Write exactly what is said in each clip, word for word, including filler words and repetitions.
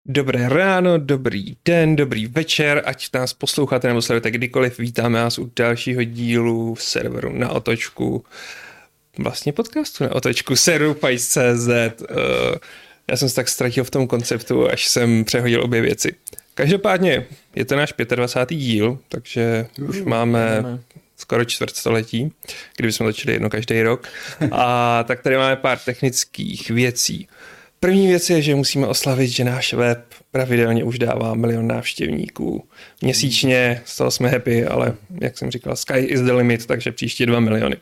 Dobré ráno, dobrý den, dobrý večer, ať nás posloucháte nebo sledujete kdykoliv, vítáme vás u dalšího dílu serveru Na otočku, vlastně podcastu Na otočku, serveru Pajs tečka cé zet. Já jsem se tak ztratil v tom konceptu, až jsem přehodil obě věci. Každopádně je to náš dvacátý pátý díl, takže už máme skoro čtvrtstoletí, kdyby jsme točili jedno každý rok. A tak tady máme pár technických věcí. První věc je, že musíme oslavit, že náš web pravidelně už dává milion návštěvníků měsíčně, z toho jsme happy, ale jak jsem říkal, sky is the limit, takže příště dva miliony.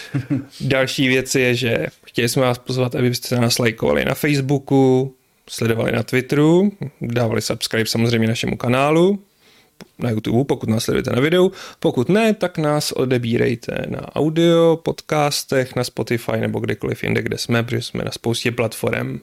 Další věc je, že chtěli jsme vás pozvat, abyste nás lajkovali na Facebooku, sledovali na Twitteru, dávali subscribe samozřejmě našemu kanálu, na YouTube, pokud nás sledujete na videu. Pokud ne, tak nás odebírejte na audio, podcastech, na Spotify nebo kdekoliv jinde, kde jsme, protože jsme na spoustě platform.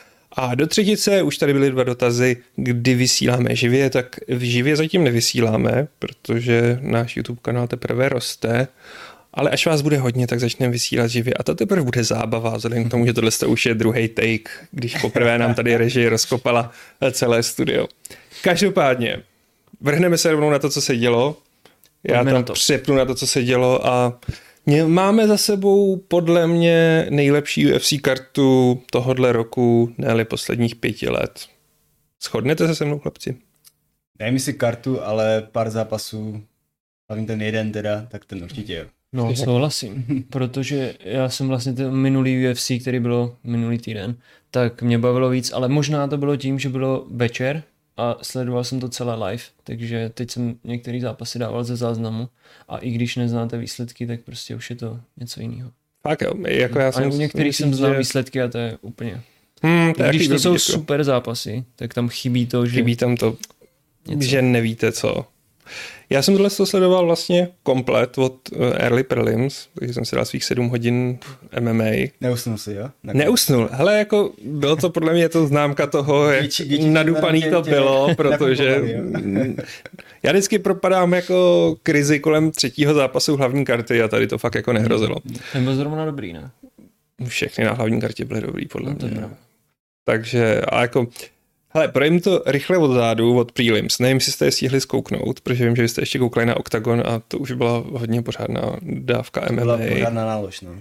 A do třetice už tady byly dva dotazy, kdy vysíláme živě, tak v živě zatím nevysíláme, protože náš YouTube kanál teprve roste, ale až vás bude hodně, tak začneme vysílat živě a to teprve bude zábava, vzhledem k tomu, že tohle už je druhý take, když poprvé nám tady režie rozkopala celé studio. Každopádně, vrhneme se rovnou na to, co se dělo. Já Pojďme tam na to. přepnu na to, co se dělo a máme za sebou podle mě nejlepší U F C kartu tohodle roku, ne-li posledních pěti let. Shodnete se se mnou, chlapci? Dej mi si kartu, ale pár zápasů, hlavně ten jeden teda, tak ten určitě jo. No, souhlasím, protože já jsem vlastně ten minulý U F C, který bylo minulý týden, tak mě bavilo víc, ale možná to bylo tím, že bylo večer a sledoval jsem to celé live, takže teď jsem některé zápasy dával ze záznamu a i když neznáte výsledky, tak prostě už je to něco jiného. Fakt jo, jako já jsem... A u některých jsem znal výsledky a to je úplně... Hmm, to je když to jsou jako. super zápasy, tak tam chybí to, že... Chybí tam to, něco. že nevíte co. Já jsem tohle sledoval vlastně komplet od uh, early prelims, takže jsem si dal svých sedm hodin M M A. Neusnul si, jo? Na Neusnul. Hele, jako bylo to podle mě to známka toho, jak Díči- díči nadupaný tě- to tě- bylo, protože nakupovali, já vždycky propadám jako krizi kolem třetího zápasu hlavní karty a tady to fakt jako nehrozilo. Ten byl zrovna dobrý, ne? Všechny na hlavní kartě byly dobrý, podle No, to je mě. pravda. Takže, a jako, hele, projím to rychle od zádu, od prelims. Nevím, jestli jste je stihli zkouknout, protože vím, že jste ještě koukali na Octagon a to už byla hodně pořádná dávka M M A. Byla pořádná nálož, no.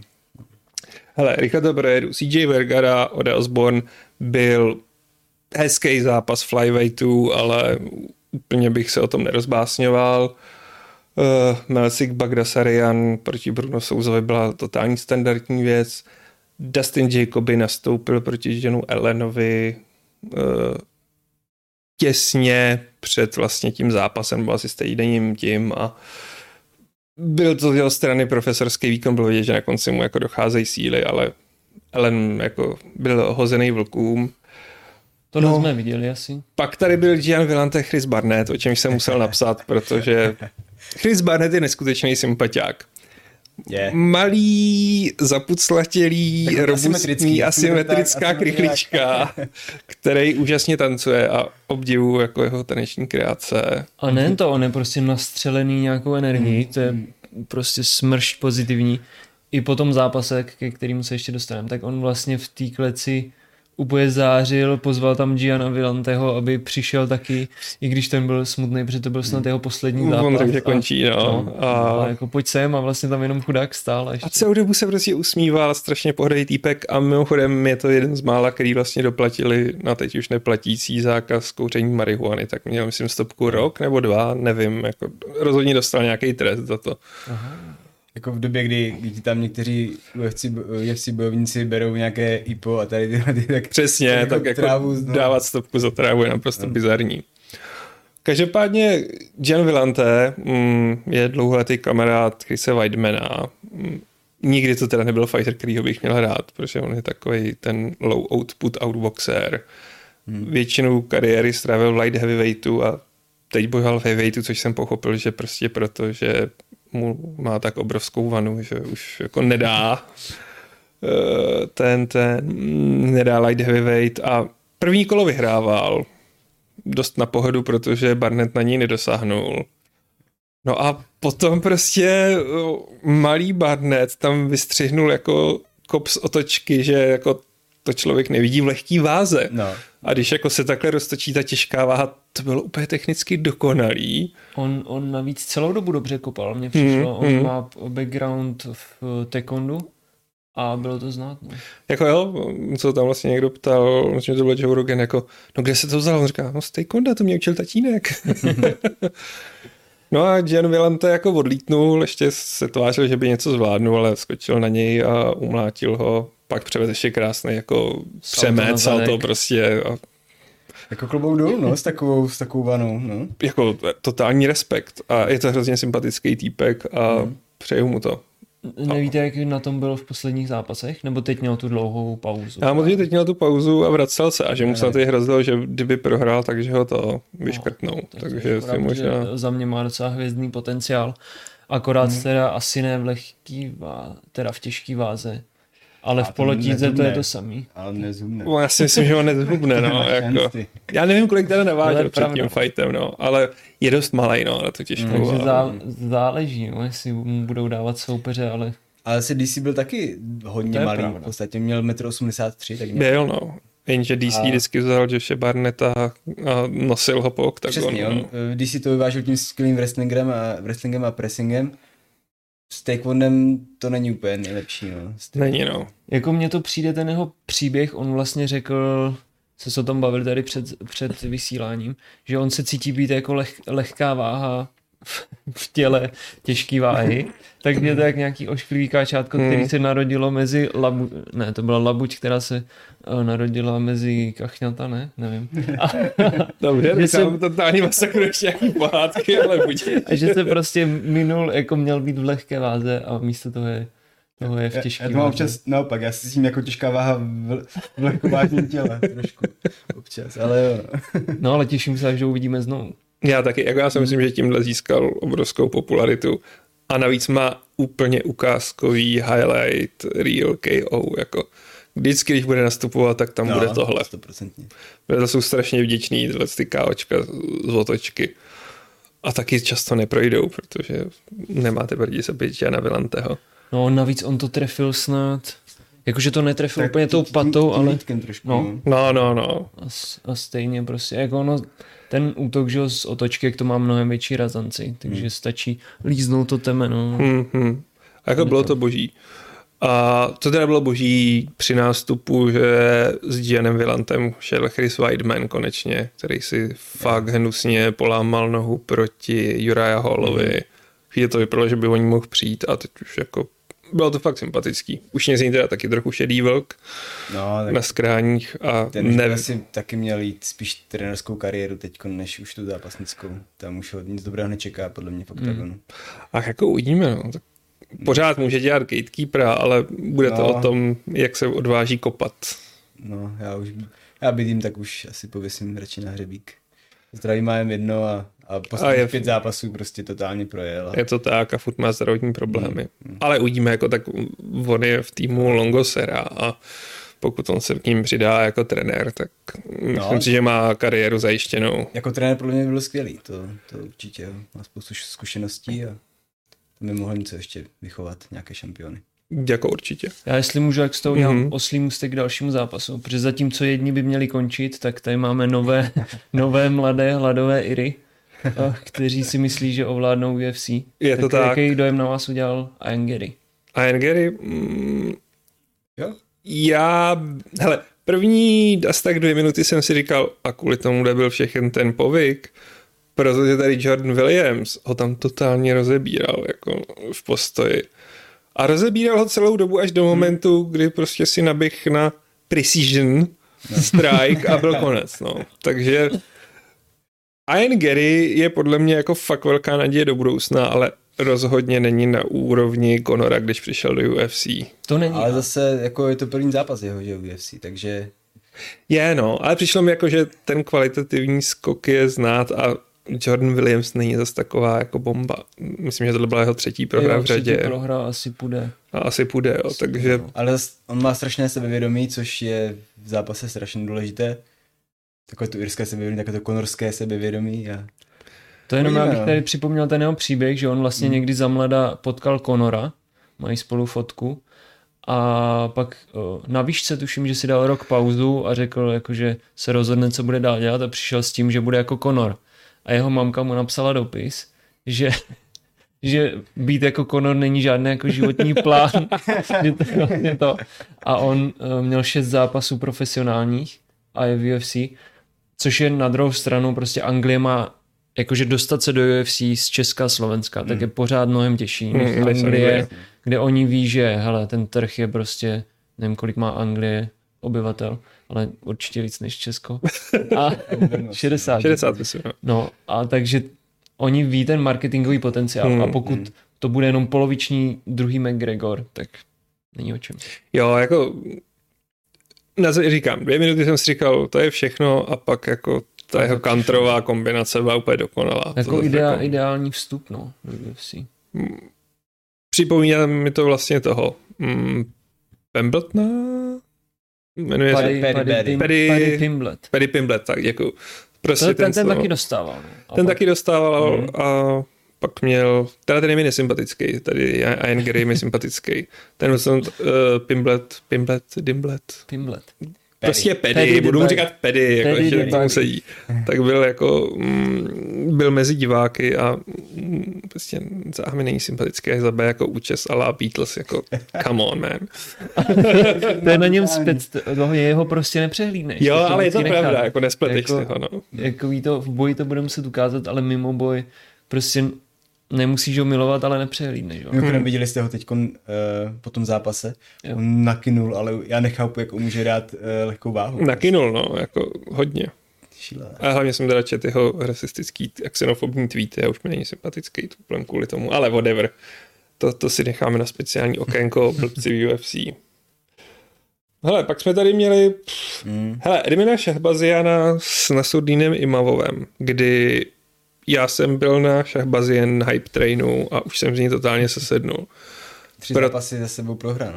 Hele, rychle to projedu. C J Vergara, Ode Osborne byl hezký zápas flyweightu, ale úplně bych se o tom nerozbásňoval. Uh, Melsik Bagdasaryan proti Bruno Souzovi byla totální standardní věc. Dustin Jacoby nastoupil proti Johnu Allenovi uh, těsně před vlastně tím zápasem, byl asi stejným tím a byl to z jeho strany profesorský výkon, bylo vidět, že na konci mu jako docházejí síly, ale Allen jako byl hozený vlkům. To no, jsme viděli asi. Pak tady byl Gian Villante, Chris Barnett, o čemž jsem musel napsat, protože Chris Barnett je neskutečný sympatiák. Yeah. Malý, zapuclatělý, Takový robustní, asymetrický, asymetrická tak, krychlička, který úžasně tancuje a obdivuju jako jeho taneční kreace. A nejen to, on je prostě nastřelený nějakou energií, to je prostě smršť pozitivní. I po tom zápase, ke kterému se ještě dostaneme, tak on vlastně v té kleci úplně zářil, pozval tam Giana Villanteho, aby přišel taky, i když ten byl smutný, protože to byl snad jeho poslední zápas. On takže končí, no. no A... a jako pojď sem a vlastně tam jenom chudák stál. A, ještě. a celou dobu se prostě usmíval, strašně pohodlný týpek a mimochodem je to jeden z mála, který vlastně doplatili na teď už neplatící zákaz kouření marihuany, tak měl myslím stopku rok nebo dva, nevím, jako rozhodně dostal nějaký trest za to. Aha. Jako v době, kdy, kdy tam někteří U F C, U F C bojovníci berou nějaké I P O a tady tyhle ty, tak... Přesně, jako tak jako trávu, no. dávat stopku za trávu je naprosto no. bizarní. Každopádně Gian Villante mm, je dlouholetý kamarád Chrise Weidmana. Mm, nikdy to teda nebyl fighter, kterýho bych měl rád, protože on je takový ten low output outboxer. Hmm. Většinu kariéry strávil v light heavyweightu a teď bojoval v heavyweightu, což jsem pochopil, že prostě proto, že mu má tak obrovskou vanu, že už jako nedá ten, ten nedá light heavyweight a první kolo vyhrával dost na pohodu, protože Barnett na ní nedosáhnul. No a potom prostě malý Barnett tam vystřihnul jako kop z otočky, že jako to člověk nevidí v lehký váze. No. A když jako se takhle roztočí ta těžká váha, to bylo úplně technicky dokonalý. On, on navíc celou dobu dobře kopal, mně přišlo. Hmm, on hmm. má background v taekwondu a bylo to znát. No. Jako jo, co tam vlastně někdo ptal, myslím, že to byl Joe Rogan, jako, no kde se to vzal? On říká, no z taekwonda, to mě učil tatínek. No a Gian Villante jako odlítnul, ještě se tvářil, že by něco zvládnul, ale skočil na něj a umlátil ho. Pak převez ještě krásný jako přemet, salto prostě. A jako klobouk dolů, no, s takovou, s takovou vanou, no. Jako totální respekt a je to hrozně sympatický týpek a hmm. přeju mu to. Nevíte, jak na tom byl v posledních zápasech? Nebo teď měl tu dlouhou pauzu? Já možná teď měl tu pauzu a vracel se a že mu se na to hrozilo, že kdyby prohrál, takže ho to vyškrtnou. No, takže si možná... Za mě má docela hvězdný potenciál. Akorát hmm. teda asi ne v lehký váze, teda v těžký váze. Ale a v polotíze to je to samý. Ale nezhubne. No, já si myslím, že ho nezhubne, no. Jako. Já nevím, kolik teda navážel před tím fightem, no. Ale je dost malej, no, na to těžkou. Takže zá, záleží, no, jestli mu budou dávat soupeře, ale... Ale se D C byl taky hodně malý. Pravda. V podstatě měl metr osmdesát tři. Tak měl... Byl, no. Jenže D C a... vždycky vzal Joshe Barnetta a nosil ho po oktagonu. Přesně, on v D C to vyvážil tím skvělým wrestlingem a, wrestlingem a pressingem. S taekwondem to není úplně nejlepší, no. Není, no. Jako mně to přijde ten jeho příběh, on vlastně řekl, se se o tom bavili tady před, před vysíláním, že on se cítí být jako leh, lehká váha v, v těle těžký váhy, tak je to jak nějaký ošklivý káčátko, hmm. který se narodilo mezi labu, ne, to byla labuť, která se uh, narodila mezi kachňata, ne, nevím. A, Dobře, tak jsem totální masakruješ nějaký pohádky, ale buď. A že se prostě minul, jako měl být v lehké váze a místo toho je toho je v těžký já, já to mám občas naopak, já si tím jako těžká váha v, v lehkovážném těle trošku občas, ale jo. No ale těším se, že uvidíme znovu. Já taky, jako já si myslím, že tímhle získal obrovskou popularitu a navíc má úplně ukázkový highlight real K O, jako vždycky, když bude nastupovat, tak tam no, bude tohle. sto procent. To jsou strašně vděční tyhle ty káočka z otočky. A taky často neprojdou, protože nemáte brdí se být Giana Villanteho. No navíc on to trefil snad, jakože to netrefil tak úplně tou patou, tím, tím ale... Trošku, no, no, no. no. A, a stejně prostě, jako ono, ten útok, že z otočky, jak to má mnohem větší razanci, takže hmm. stačí líznout to temeno. Hmm, hmm. A jako bylo to boží. A to teda bylo boží při nástupu, že s Gianem Villantem šel Chris Weidman konečně, který si fakt hnusně polámal nohu proti Uriah Hallovi. Hmm. Chvíli to vypadalo, že by o ní mohl přijít a teď už jako bylo to fakt sympatický. Už mě z ní teda taky trochu šedý vlk no, na skráních a ten ne... asi taky měl jít spíš trenerskou kariéru teďko, než už tu zápasnickou. Tam už ho nic dobrého nečeká, podle mě v oktagonu. Hmm. Ach, jako uvidíme, no. Tak pořád může dělat gatekeepera, ale bude no. to o tom, jak se odváží kopat. No, já už, já bydím, tak už asi pověsím radši na hřebík. Zdraví má jen jedno a, a posledních pět zápasů prostě totálně projel. A... Je to tak a furt má zdravotní problémy. Mm, mm. Ale uvidíme, jako tak on je v týmu Longosera a pokud on se k ním přidá jako trenér, tak no, myslím si, že má kariéru zajištěnou. Jako trenér podle mě byl skvělý, to, to určitě má spoustu zkušeností a by mohl něco ještě vychovat, nějaké šampiony. Jako určitě. Já jestli můžu, jak s tou udělám mm-hmm. oslý můstek k dalšímu zápasu, protože zatímco jedni by měli končit, tak tady máme nové, nové mladé hladové Iry, kteří si myslí, že ovládnou U F C. Je to tak. Jaký dojem na vás udělal Ian Gary? Ian Gary? Mm, jo? Já, hele, první asi tak dvě minuty jsem si říkal, a kvůli tomu byl všechen ten povyk, protože tady Jordan Williams ho tam totálně rozebíral jako v postoji. A rozebíral ho celou dobu až do momentu, kdy prostě si naběh na precision strike a byl konec. No. Takže Ian Gary je podle mě jako fakt velká naděje do budoucna, ale rozhodně není na úrovni Conora, když přišel do U F C. To není. Ale zase jako je to první zápas jeho, že U F C, takže... Je no, ale přišlo mi jako, že ten kvalitativní skok je znát a Jordan Williams není zase taková jako bomba. Myslím, že tohle byla jeho třetí prohra v řadě. Třetí prohra asi půjde. A asi půjde, jo, takže... Ale on má strašné sebevědomí, což je v zápase strašně důležité. Takové to irské sebevědomí, takové to konorské sebevědomí. A... To jenom já bych tady připomněl ten jeho příběh, že on vlastně hmm. někdy za mlada potkal Conora, mají spolu fotku A pak o, na výšce tuším, že si dal rok pauzu a řekl, jako, že se rozhodne, co bude dál dělat a přišel s tím, že bude jako Conor. A jeho mamka mu napsala dopis, že, že být jako Conor není žádný jako životní plán. že to, vlastně to. A on o, měl šest zápasů profesionálních a je v U F C, což je na druhou stranu, prostě Anglie má, jakože dostat se do U F C z Česka a Slovenska, mm. tak je pořád mnohem těžší než mm, Anglie, kde oni ví, že hele, ten trh je prostě, nevím, kolik má Anglie obyvatel, ale určitě víc než Česko. A šedesát. šedesát myslím. No a takže oni ví ten marketingový potenciál mm, a pokud mm. to bude jenom poloviční druhý McGregor, tak není o čem. Jo, jako na to říkám, dvě minuty jsem si říkal, to je všechno a pak jako ta jeho kantrová kombinace byla úplně dokonalá. Jako ideál, jako ideální vstup, no, do U F C. Připomíná mi to vlastně toho mm, Pembltona? Jmenuje Paddy, se Paddy, Paddy, Paddy, Paddy Pimblett. Paddy Pimblett, tak děkuju. Prostě to, ten, ten, ten to, taky dostával. No. Ten pak... taky dostával hmm. a pak měl, teda ten je mi nesympatický, tady Ian Gary mi sympatický. Ten uh, Pimblett, Pimblett, Dimblett. Pimblett. Prostě Paddy, budu mu říkat Paddy, jako ještě k tomu sedí. Tak byl jako, mm, byl mezi diváky a mm, prostě záh mi není sympatický, jak zabe jako účes a la Beatles, jako come on, man. To je na něm spec, toho jeho prostě nepřehlídneš. Jo, ale je to pravda, nechá. Jako nespleteš jako, si ho, no. Jako ví to, v boji to budeme muset ukázat, ale mimo boj prostě nemusíš ho milovat, ale nepřehlídneš. Mimochodem hmm. viděli jste ho teď uh, po tom zápase. Jo. On nakynul, ale já nechápu, jak on může dát uh, lehkou váhu. Nakynul, no, jako hodně. Šílené. A hlavně jsem teda čet jeho rasistický, xenofobní tweety, a už mi není sympatický, to problém kvůli tomu, ale whatever. To, to si necháme na speciální okénko blbci v U F C. Hele, pak jsme tady měli pff, hmm. hele, Edmina Šahbaziana s Nasurdínem Imavovem, kdy já jsem byl na Šahbazien hype trainu a už jsem z ní totálně sesednul. Tři Pro... zápasy za sebou prohráno.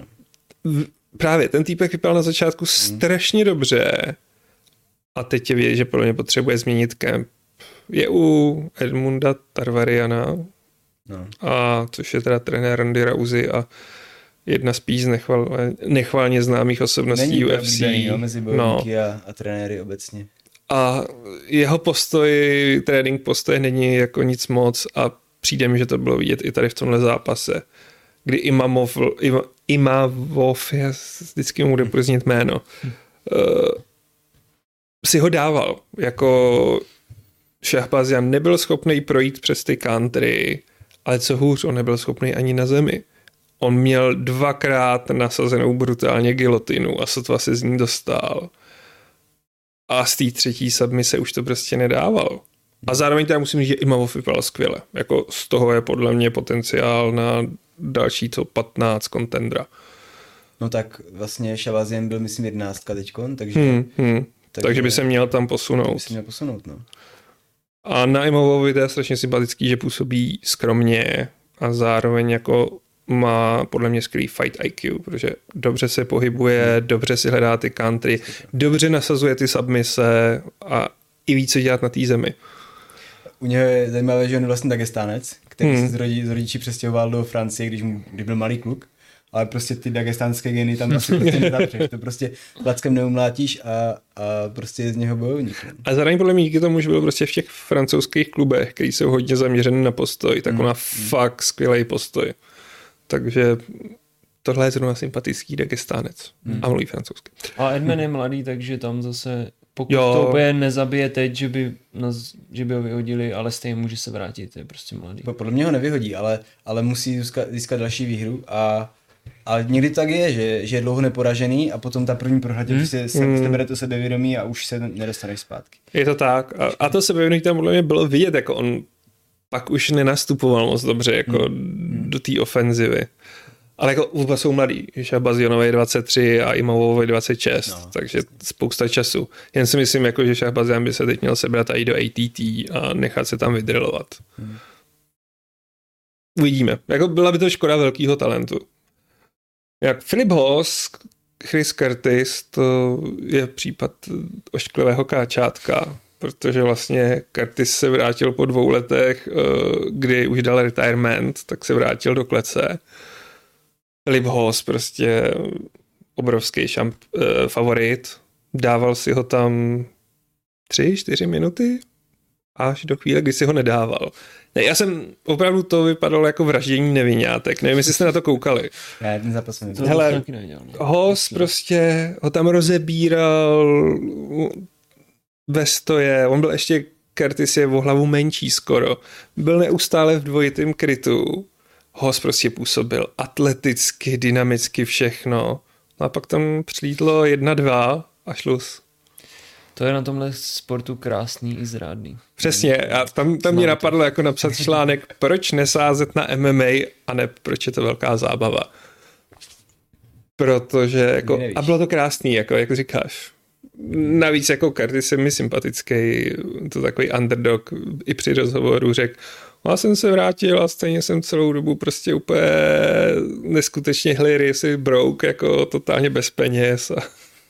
Právě, ten týpek vypadal na začátku hmm. strašně dobře a teď je vidět, že podle mě potřebuje změnit kemp. Je u Edmunda Tarvariana, no. a což je teda trenér Randy Rousey a jedna spíš z nechval, nechválně známých osobností Není U F C. Není no, mezi bojovníky no. a, a trenéry obecně. A jeho postoj, trénink postoje není jako nic moc a přijde mi, že to bylo vidět i tady v tomhle zápase, kdy Imamov, Ima, Imavov, já vždycky mu bude poznít jméno, uh, si ho dával. Jako Šahbazian nebyl schopný projít přes ty country, ale co hůř, on nebyl schopný ani na zemi. On měl dvakrát nasazenou brutálně gilotinu a sotva se z ní dostal. A z té třetí submise už to prostě nedával. A zároveň teda musím říct, že Imavov vypadal skvěle. Jako z toho je podle mě potenciál na další top patnáct contendera. No tak vlastně Šahbazian byl myslím jedenáctka teďkon, takže... Hmm, hmm. Takže, takže by se měl tam posunout. By se měl posunout, no. A na Imavovi to je strašně sympatický, že působí skromně a zároveň jako má podle mě skvělý fight I Q, protože dobře se pohybuje, hmm. dobře si hledá ty country, dobře nasazuje ty submise a i ví, co dělat na té zemi. U něho je zajímavé, že on je vlastně Dagestánec, který hmm. se z, rodi, z rodiči přestěhoval do Francie, když, mu, když byl malý kluk, ale prostě ty dagestánské geny tam asi prostě nezapřeš, to prostě klackem neumlátíš a, a prostě je z něho bojovník. A zároveň podle mě díky tomu, že byl prostě v těch francouzských klubech, který jsou hodně zaměřený na postoj, tak hmm. ona hmm. fakt skvělý postoj. Takže tohle je zrovna sympatický Dagestánec hmm. a mluví francouzsky. A Edmen je mladý, takže tam zase, pokud jo. to úplně nezabije teď, že by, nás, že by ho vyhodili, ale stejně může se vrátit, je prostě mladý. Podle mě ho nevyhodí, ale, ale musí získat, získat další výhru a, a někdy tak je, že, že je dlouho neporažený a potom ta první prohra hmm. prostě se, hmm. bere to sebevědomí a už se nedostaneš zpátky. Je to tak a, a to sebevědomí tam podle mě bylo vidět, jako on pak už nenastupoval moc dobře jako hmm. do té ofenzivy. Ale jako vůbec jsou mladí. Šahbazjanovi je dvacet tři a Imavovi dvacet šest, no, takže spousta času. Jen si myslím, jako, že Šahbazjan by se teď měl sebrat i do A T T a nechat se tam vydrilovat. Hmm. Uvidíme. Jako byla by to škoda velkého talentu. Jak Filip Hoss, Chris Curtis, to je případ ošklivého káčátka, protože vlastně Curtis se vrátil po dvou letech, kdy už dal retirement, tak se vrátil do klece. Filip Hoss prostě obrovský šamp, uh, favorit. Dával si ho tam tři, čtyři minuty až do chvíle, kdy si ho nedával. Ne, já jsem, opravdu to vypadalo jako vraždění neviňátek. Nevím, jestli jste na to koukali. Já ten zápas jsem To Hele, taky neviděl, ne? Hoss prostě ho tam rozebíral ve stoje. On byl ještě, Curtis je o hlavu menší skoro. Byl neustále v dvojitém krytu. Hoss prostě působil atleticky, dynamicky všechno. No a pak tam přilítlo jedna, dva a šlus. To je na tomhle sportu krásný i zrádný. Přesně, a tam, tam mě napadlo jako napsat článek, proč nesázet na M M A a ne proč je to velká zábava. Protože, jako, a bylo to krásný, jako, jako říkáš. Navíc jako Curtis je mi sympatický, to takový underdog, i při rozhovoru řekl, já jsem se vrátil a stejně jsem celou dobu prostě úplně neskutečně hilarious broke, jako totálně bez peněz. A,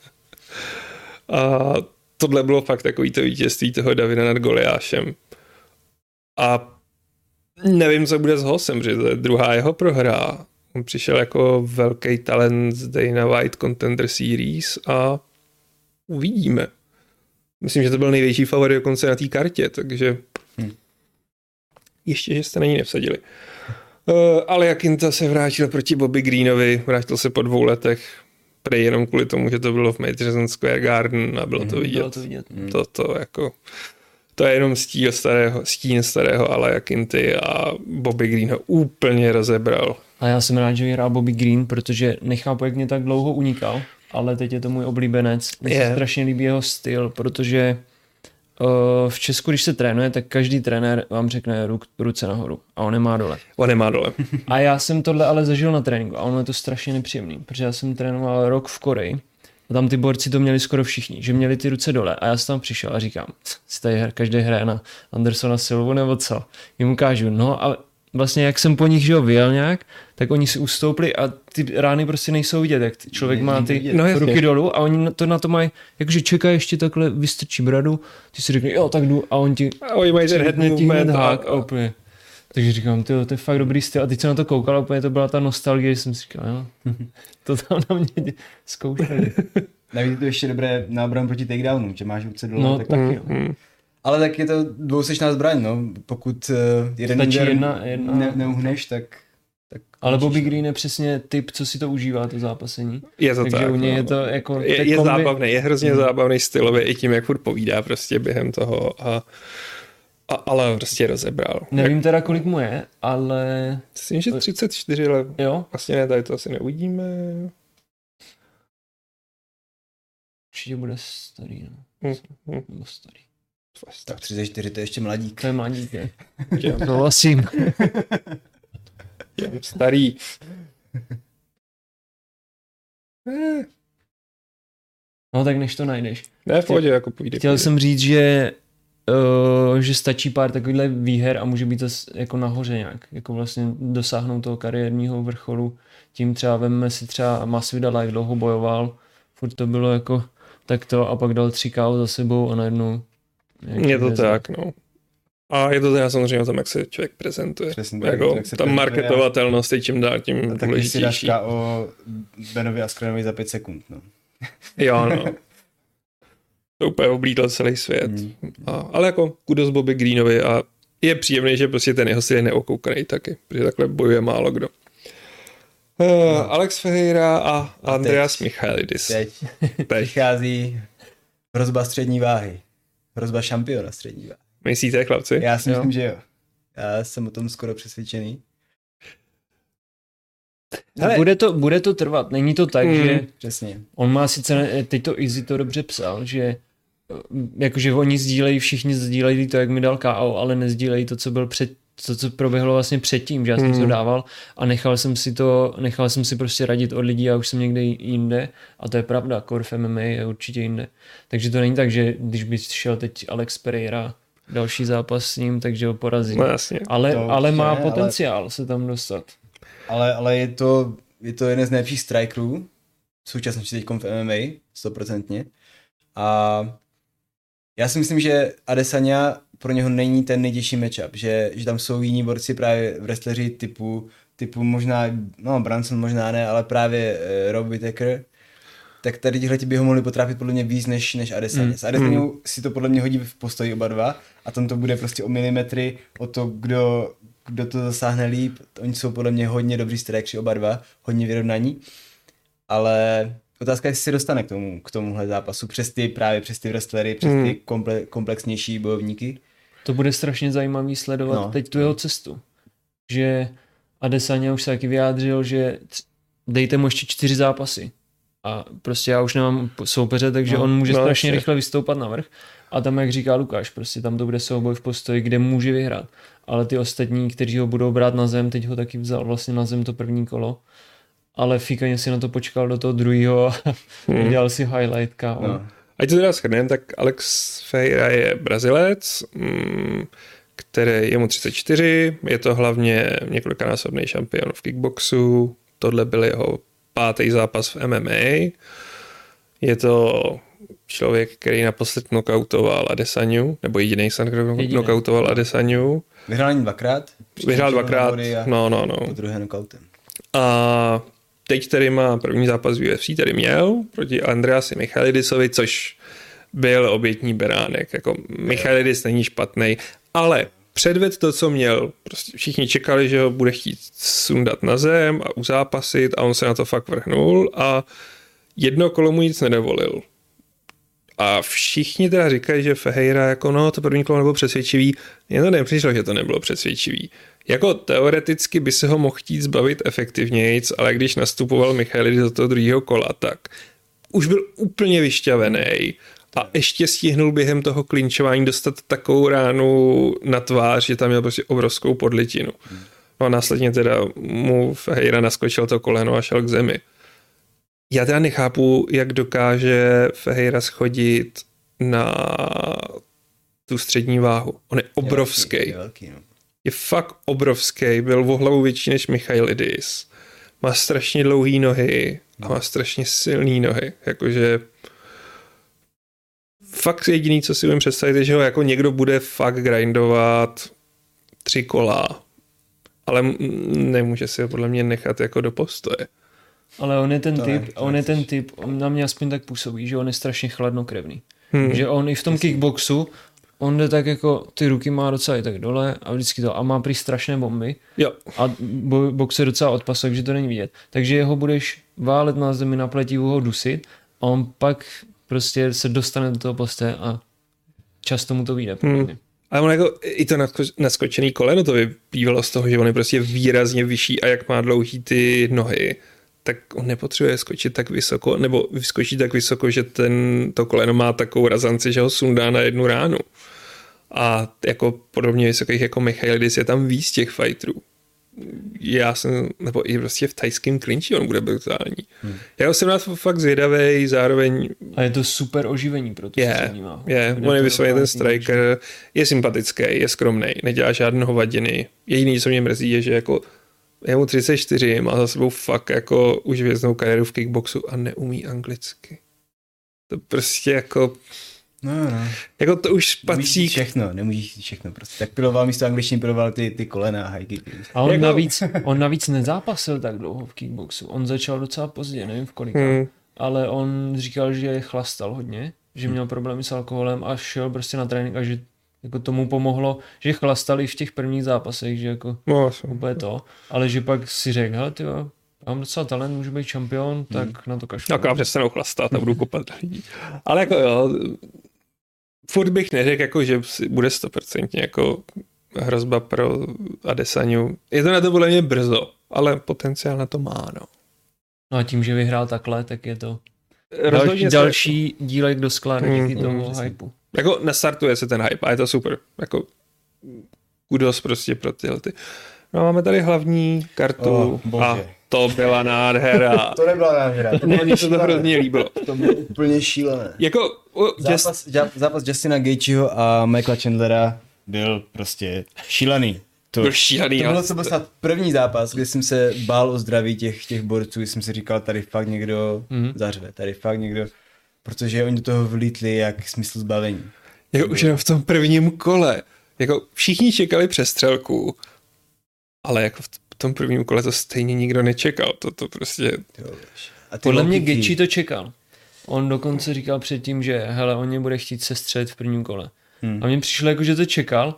a tohle bylo fakt takový to vítězství toho Davida nad Goliášem. A nevím, co bude s Hossem, že to je druhá jeho prohra. On přišel jako velký talent z Dana White Contender Series a uvidíme. Myslím, že to byl největší favorit dokonce na té kartě, takže hm. ještě, že jste na ní nevsadili. Uh, ale Jakinta se vrátil proti Bobby Greenovi, vrátil se po dvou letech, prej jenom kvůli tomu, že to bylo v Madison Square Garden a bylo mm, to vidět. Bylo to vidět. Mm. To, to, jako, to je jenom stín starého, stín starého ale Jakinty a Bobby Green ho úplně rozebral. A já jsem rád, že vyhrál Bobby Green, protože nechápu, jak mě tak dlouho unikal, ale teď je to můj oblíbenec. Mně se strašně líbí jeho styl, protože uh, v Česku, když se trénuje, tak každý trenér vám řekne ruk, ruce nahoru a on nemá dole. On nemá dole. A já jsem tohle ale zažil na tréninku a ono je to strašně nepříjemný, protože já jsem trénoval rok v Koreji a tam ty borci to měli skoro všichni, že měli ty ruce dole a já jsem tam přišel a říkám, si tady každý hraje na Andersona Silvu nebo co? Jim ukážu, no a vlastně jak jsem po nich, že jo, vyjel nějak, tak oni si ustoupili a ty rány prostě nejsou vidět, jak člověk má ty no, ruky dolů a oni to na to mají, jakože čeká ještě takhle, vystrčí bradu, ty si řekne, jo, tak jdu a on ti a oni mají ten head movement a, a úplně. Takže říkám, tyjo, to je fakt dobrý styl a teď jsem na to koukal a úplně to byla ta nostalgie, že jsem si říkal, jo, to tam na mě zkoušeli. Navíc je to ještě dobré na obranu proti takedownu, že máš ruce dolů. No, tak taky, mm, ale tak je to dvousečná zbraň, no. Pokud uh, jeden stačí úder jedna, jedna. Ne, neuhneš, tak... tak ale Bobby Green je přesně typ, co si to užívá, to zápasení. Je to takže tak. u něj no. je to jako... Je, je kombi... zábavný, je hrozně hmm. zábavný stylově i tím, jak furt povídá prostě během toho a, a ale prostě rozebral. Nevím teda, kolik mu je, ale... Myslím, že třicet čtyři let. Jo? Vlastně ne, tady to asi neuvidíme. Určitě bude starý, no. Hmm. Hmm. Nebo starý. Tak třicet čtyři, to je ještě mladík. To je mladík, je. No vlastně. Starý. No tak než to najdeš. Ne, v pohodě, jako půjde. Chtěl půjde. jsem říct, že uh, že stačí pár takovýchhle výher a může být to jako nahoře nějak. Jako vlastně dosáhnout toho kariérního vrcholu. Tím třeba vemme si třeba Masvidala, jak dlouho bojoval. Furt to bylo jako takto a pak dal tři ká ó za sebou a najednou... Je to tak, no. A je to teda samozřejmě o tom, jak se člověk prezentuje. Přesně tak, jako jak se ta marketovatelnost je čím dál tím a taky si dáš ká ó Benovi Askrenovi za pět sekund, no. Jo, no. To úplně oblídl celý svět. Mm. A, ale jako kudos Bobby Greenovi a je příjemný, že prostě ten jeho styl je neokoukaný taky, protože takhle bojuje málo kdo. Uh, no. Alex Ferreira a, a Andreas Michailidis. Teď, teď přichází hrozba střední váhy. Hrozba šampiona střední váhy. Myslíte, chlapci? Já si jo. myslím, že jo. Já jsem o tom skoro přesvědčený. Hele. Bude to, bude to trvat, není to tak, mm. že přesně. On má sice, teď to Izzy to dobře psal, že jakože oni sdílejí, všichni sdílejí to, jak mi dal ká ó, ale nezdílejí to, co byl před, to, co proběhlo vlastně předtím, že já jsem mm. to dával a nechal jsem si to, nechal jsem si prostě radit od lidí a už jsem někde jinde a to je pravda, core v M M A je určitě jinde. Takže to není tak, že když by šel teď Alex Pereira další zápas s ním, takže ho porazí. No, jasně. Ale, to ale má ale... potenciál se tam dostat. Ale, ale je to, je to jeden z nejlepších strikerů v současnosti teďkom v M M A, stoprocentně. A já si myslím, že Adesanya pro něho není ten nejtěžší matchup, že, že tam jsou jiní borci právě wrestleri typu typu možná, no Brunson možná ne, ale právě uh, Rob Whittaker, tak tady tihle by ho mohli potrápit podle mě víc než, než Adesanya. Mm. S Adesanya mm. si to podle mě hodí v postoji oba dva a tam to bude prostě o milimetry, o to, kdo, kdo to zasáhne líp. Oni jsou podle mě hodně dobří strikeři oba dva, hodně vyrovnaní, ale otázka je, jestli se dostane k tomu, k tomuhle zápasu přes ty právě přes ty wrestlery, přes ty komple, komplexnější bojovníky. To bude strašně zajímavý sledovat no. teď tu jeho cestu. Že Adesanya už se taky vyjádřil, že dejte mu ještě čtyři zápasy. A prostě já už nemám soupeře, takže no, on může no, strašně je. rychle vystoupat na vrch. A tam, jak říká Lukáš, prostě tam to bude souboj v postoji, kde může vyhrát. Ale ty ostatní, kteří ho budou brát na zem, teď ho taky vzal vlastně na zem to první kolo. Ale fíkaně si na to počkal do toho druhého a hmm. dělal si highlight ká ó. No. Ať to teda shrneme, tak Alex Ferreira je Brazilec, který je mu třicet čtyři, je to hlavně několikanásobný šampion v kickboxu, tohle byl jeho pátý zápas v M M A, je to člověk, který naposled knockoutoval Adesanyu, nebo jediný snad, kdo knockoutoval Adesanyu. Vyhrál jen dvakrát. Vyhrál dvakrát, no, no, no. Po druhé knockoutem. A teď tady má první zápas v U F C, tady měl proti Andreasi Michailidisovi, což byl obětní beránek. Jako Michailidis není špatný, ale předved to, co měl. Prostě všichni čekali, že ho bude chtít sundat na zem a uzápasit a on se na to fakt vrhnul a jedno kolo mu nic nedovolil. A všichni teda říkají, že Ferreira jako no, to první kolo nebylo přesvědčivý. Mně to nepřišlo, že to nebylo přesvědčivý. Jako teoreticky by se ho mohl chtít zbavit efektivnějc, ale když nastupoval Michailidis do toho druhého kola, tak už byl úplně vyšťavený a ještě stihnul během toho klinčování dostat takovou ránu na tvář, že tam měl prostě obrovskou podlitinu. No a následně teda mu Ferreira naskočil to koleno a šel k zemi. Já teda nechápu, jak dokáže Ferreira schodit na tu střední váhu. On je obrovský. Je, velký, je, velký, no. je fakt obrovský, byl o hlavu větší než Michailidis. Má strašně dlouhý nohy a má strašně silný nohy. Jakože fakt jediný, co si budem představit, je, že ho jako někdo bude fakt grindovat tři kola, ale nemůže si ho podle mě nechat jako do postoje. Ale on je ten to typ, je, on je ten typ, on na mě aspoň tak působí, že on je strašně chladnokrevný. Hmm. Že on i v tom kickboxu, on jde tak jako, ty ruky má docela i tak dole a vždycky to, a má prý strašné bomby. Jo. A bo, box je docela odpas, takže to není vidět. Takže jeho budeš válet na zemi na pletivu ho dusit a on pak prostě se dostane do toho postoje a často mu to vyjde. Hmm. Ale on jako i to naskočený koleno to vyplývalo z toho, že on je prostě výrazně vyšší a jak má dlouhý ty nohy, tak on nepotřebuje skočit tak vysoko, nebo vyskočit tak vysoko, že ten, to koleno má takovou razanci, že ho sundá na jednu ránu. A jako podobně vysokých jako Michailidis je tam víc těch fighterů. Já jsem, nebo i prostě v thajském klinči on bude brutální. Hmm. Já jsem na to fakt zvědavej, zároveň... A je to super oživení pro to, je, je, on je vysloveně ten striker, je sympatický, je skromný, nedělá žádnou hovadiny. Jediný, co mě mrzí, je, že jako je mu třicet čtyři, má za sebou fakt jako už hvězdnou kariéru v kickboxu a neumí anglicky. To prostě jako... No, no. Jako to už patří... Nemůžeš všechno, nemůžeš všechno prostě. Tak piloval místo angličtiny, piloval ty, ty kolena a high kicky. A on, jako... navíc, on navíc nezápasil tak dlouho v kickboxu. On začal docela pozdě, nevím v kolika. Hmm. Ale on říkal, že chlastal hodně, že měl problémy s alkoholem a šel prostě na trénink a že jako tomu pomohlo, že chlastal i v těch prvních zápasech, že jako no, úplně to, ale že pak si řekl, hele tyjo, já mám docela talent, můžu být šampion, tak hmm. na to kašlu. Tak já přestanou chlastat a budu kopat lidí. Ale jako jo, furt bych neřekl, jako, že bude stoprocentně jako hrozba pro Adesanyu. Je to na to podle mě brzo, ale potenciál na to má, no. No a tím, že vyhrál takhle, tak je to další, další dílek do skládu hmm, díky tomu hmm, hypeu. Jako nastartuje se ten hype a je to super. Jako kudos prostě pro tyhle ty. No máme tady hlavní kartu oh, a to byla nádhera. To nebyla nádhera. Mně se to hrozně líbilo. To bylo úplně šílené. Jako, uh, zápas, just... zápas Justina Gaethjeho a Michaela Chandlera byl prostě šílený. To, byl šílený. To bylo, co byl snad první zápas, kdy jsem se bál o zdraví těch, těch borců, jsem si říkal, tady fakt někdo mm-hmm. zařve, tady fakt někdo, protože oni do toho vlítli jak smysl zbavení. Jako už jenom v tom prvním kole. Jako všichni čekali přestřelku, ale jako v tom prvním kole to stejně nikdo nečekal. To, to prostě... A podle mě Gaethje to čekal. On dokonce říkal předtím, že hele, on mě bude chtít sestřelit v prvním kole. Hmm. A mně přišlo jako, že to čekal.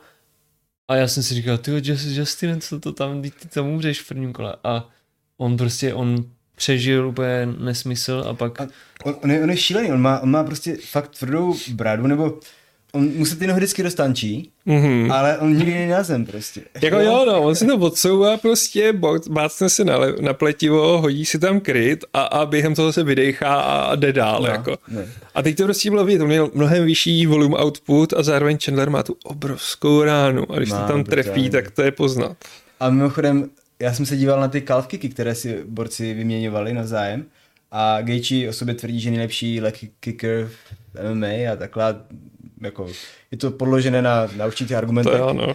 A já jsem si říkal, tyjo, Justin, co to tam, ty tam umřeš v prvním kole. A on prostě, on přežil úplně nesmysl a pak... A on, on, je, on je šílený, on má, on má prostě fakt tvrdou brádu, nebo on mu se ty nohy vždycky dostančí, mm-hmm. ale on nikdy není na zem prostě. Jako jo, no, on si to odsouvá prostě, bácne se na, na pletivo, hodí si tam kryt a, a během toho se vydechá a jde dál, no, jako. Ne. A teď to prostě bylo vidět, on měl mnohem vyšší volume output a zároveň Chandler má tu obrovskou ránu a když má, to tam trefí, brutálně. Tak to je poznat. A mimochodem, já jsem se díval na ty calf kicky, které si borci vyměňovali navzájem a Gaethje o sobě tvrdí, že nejlepší leg kicker v M M A a takhle, jako je to podložené na, na určitých argumentech, to je ano.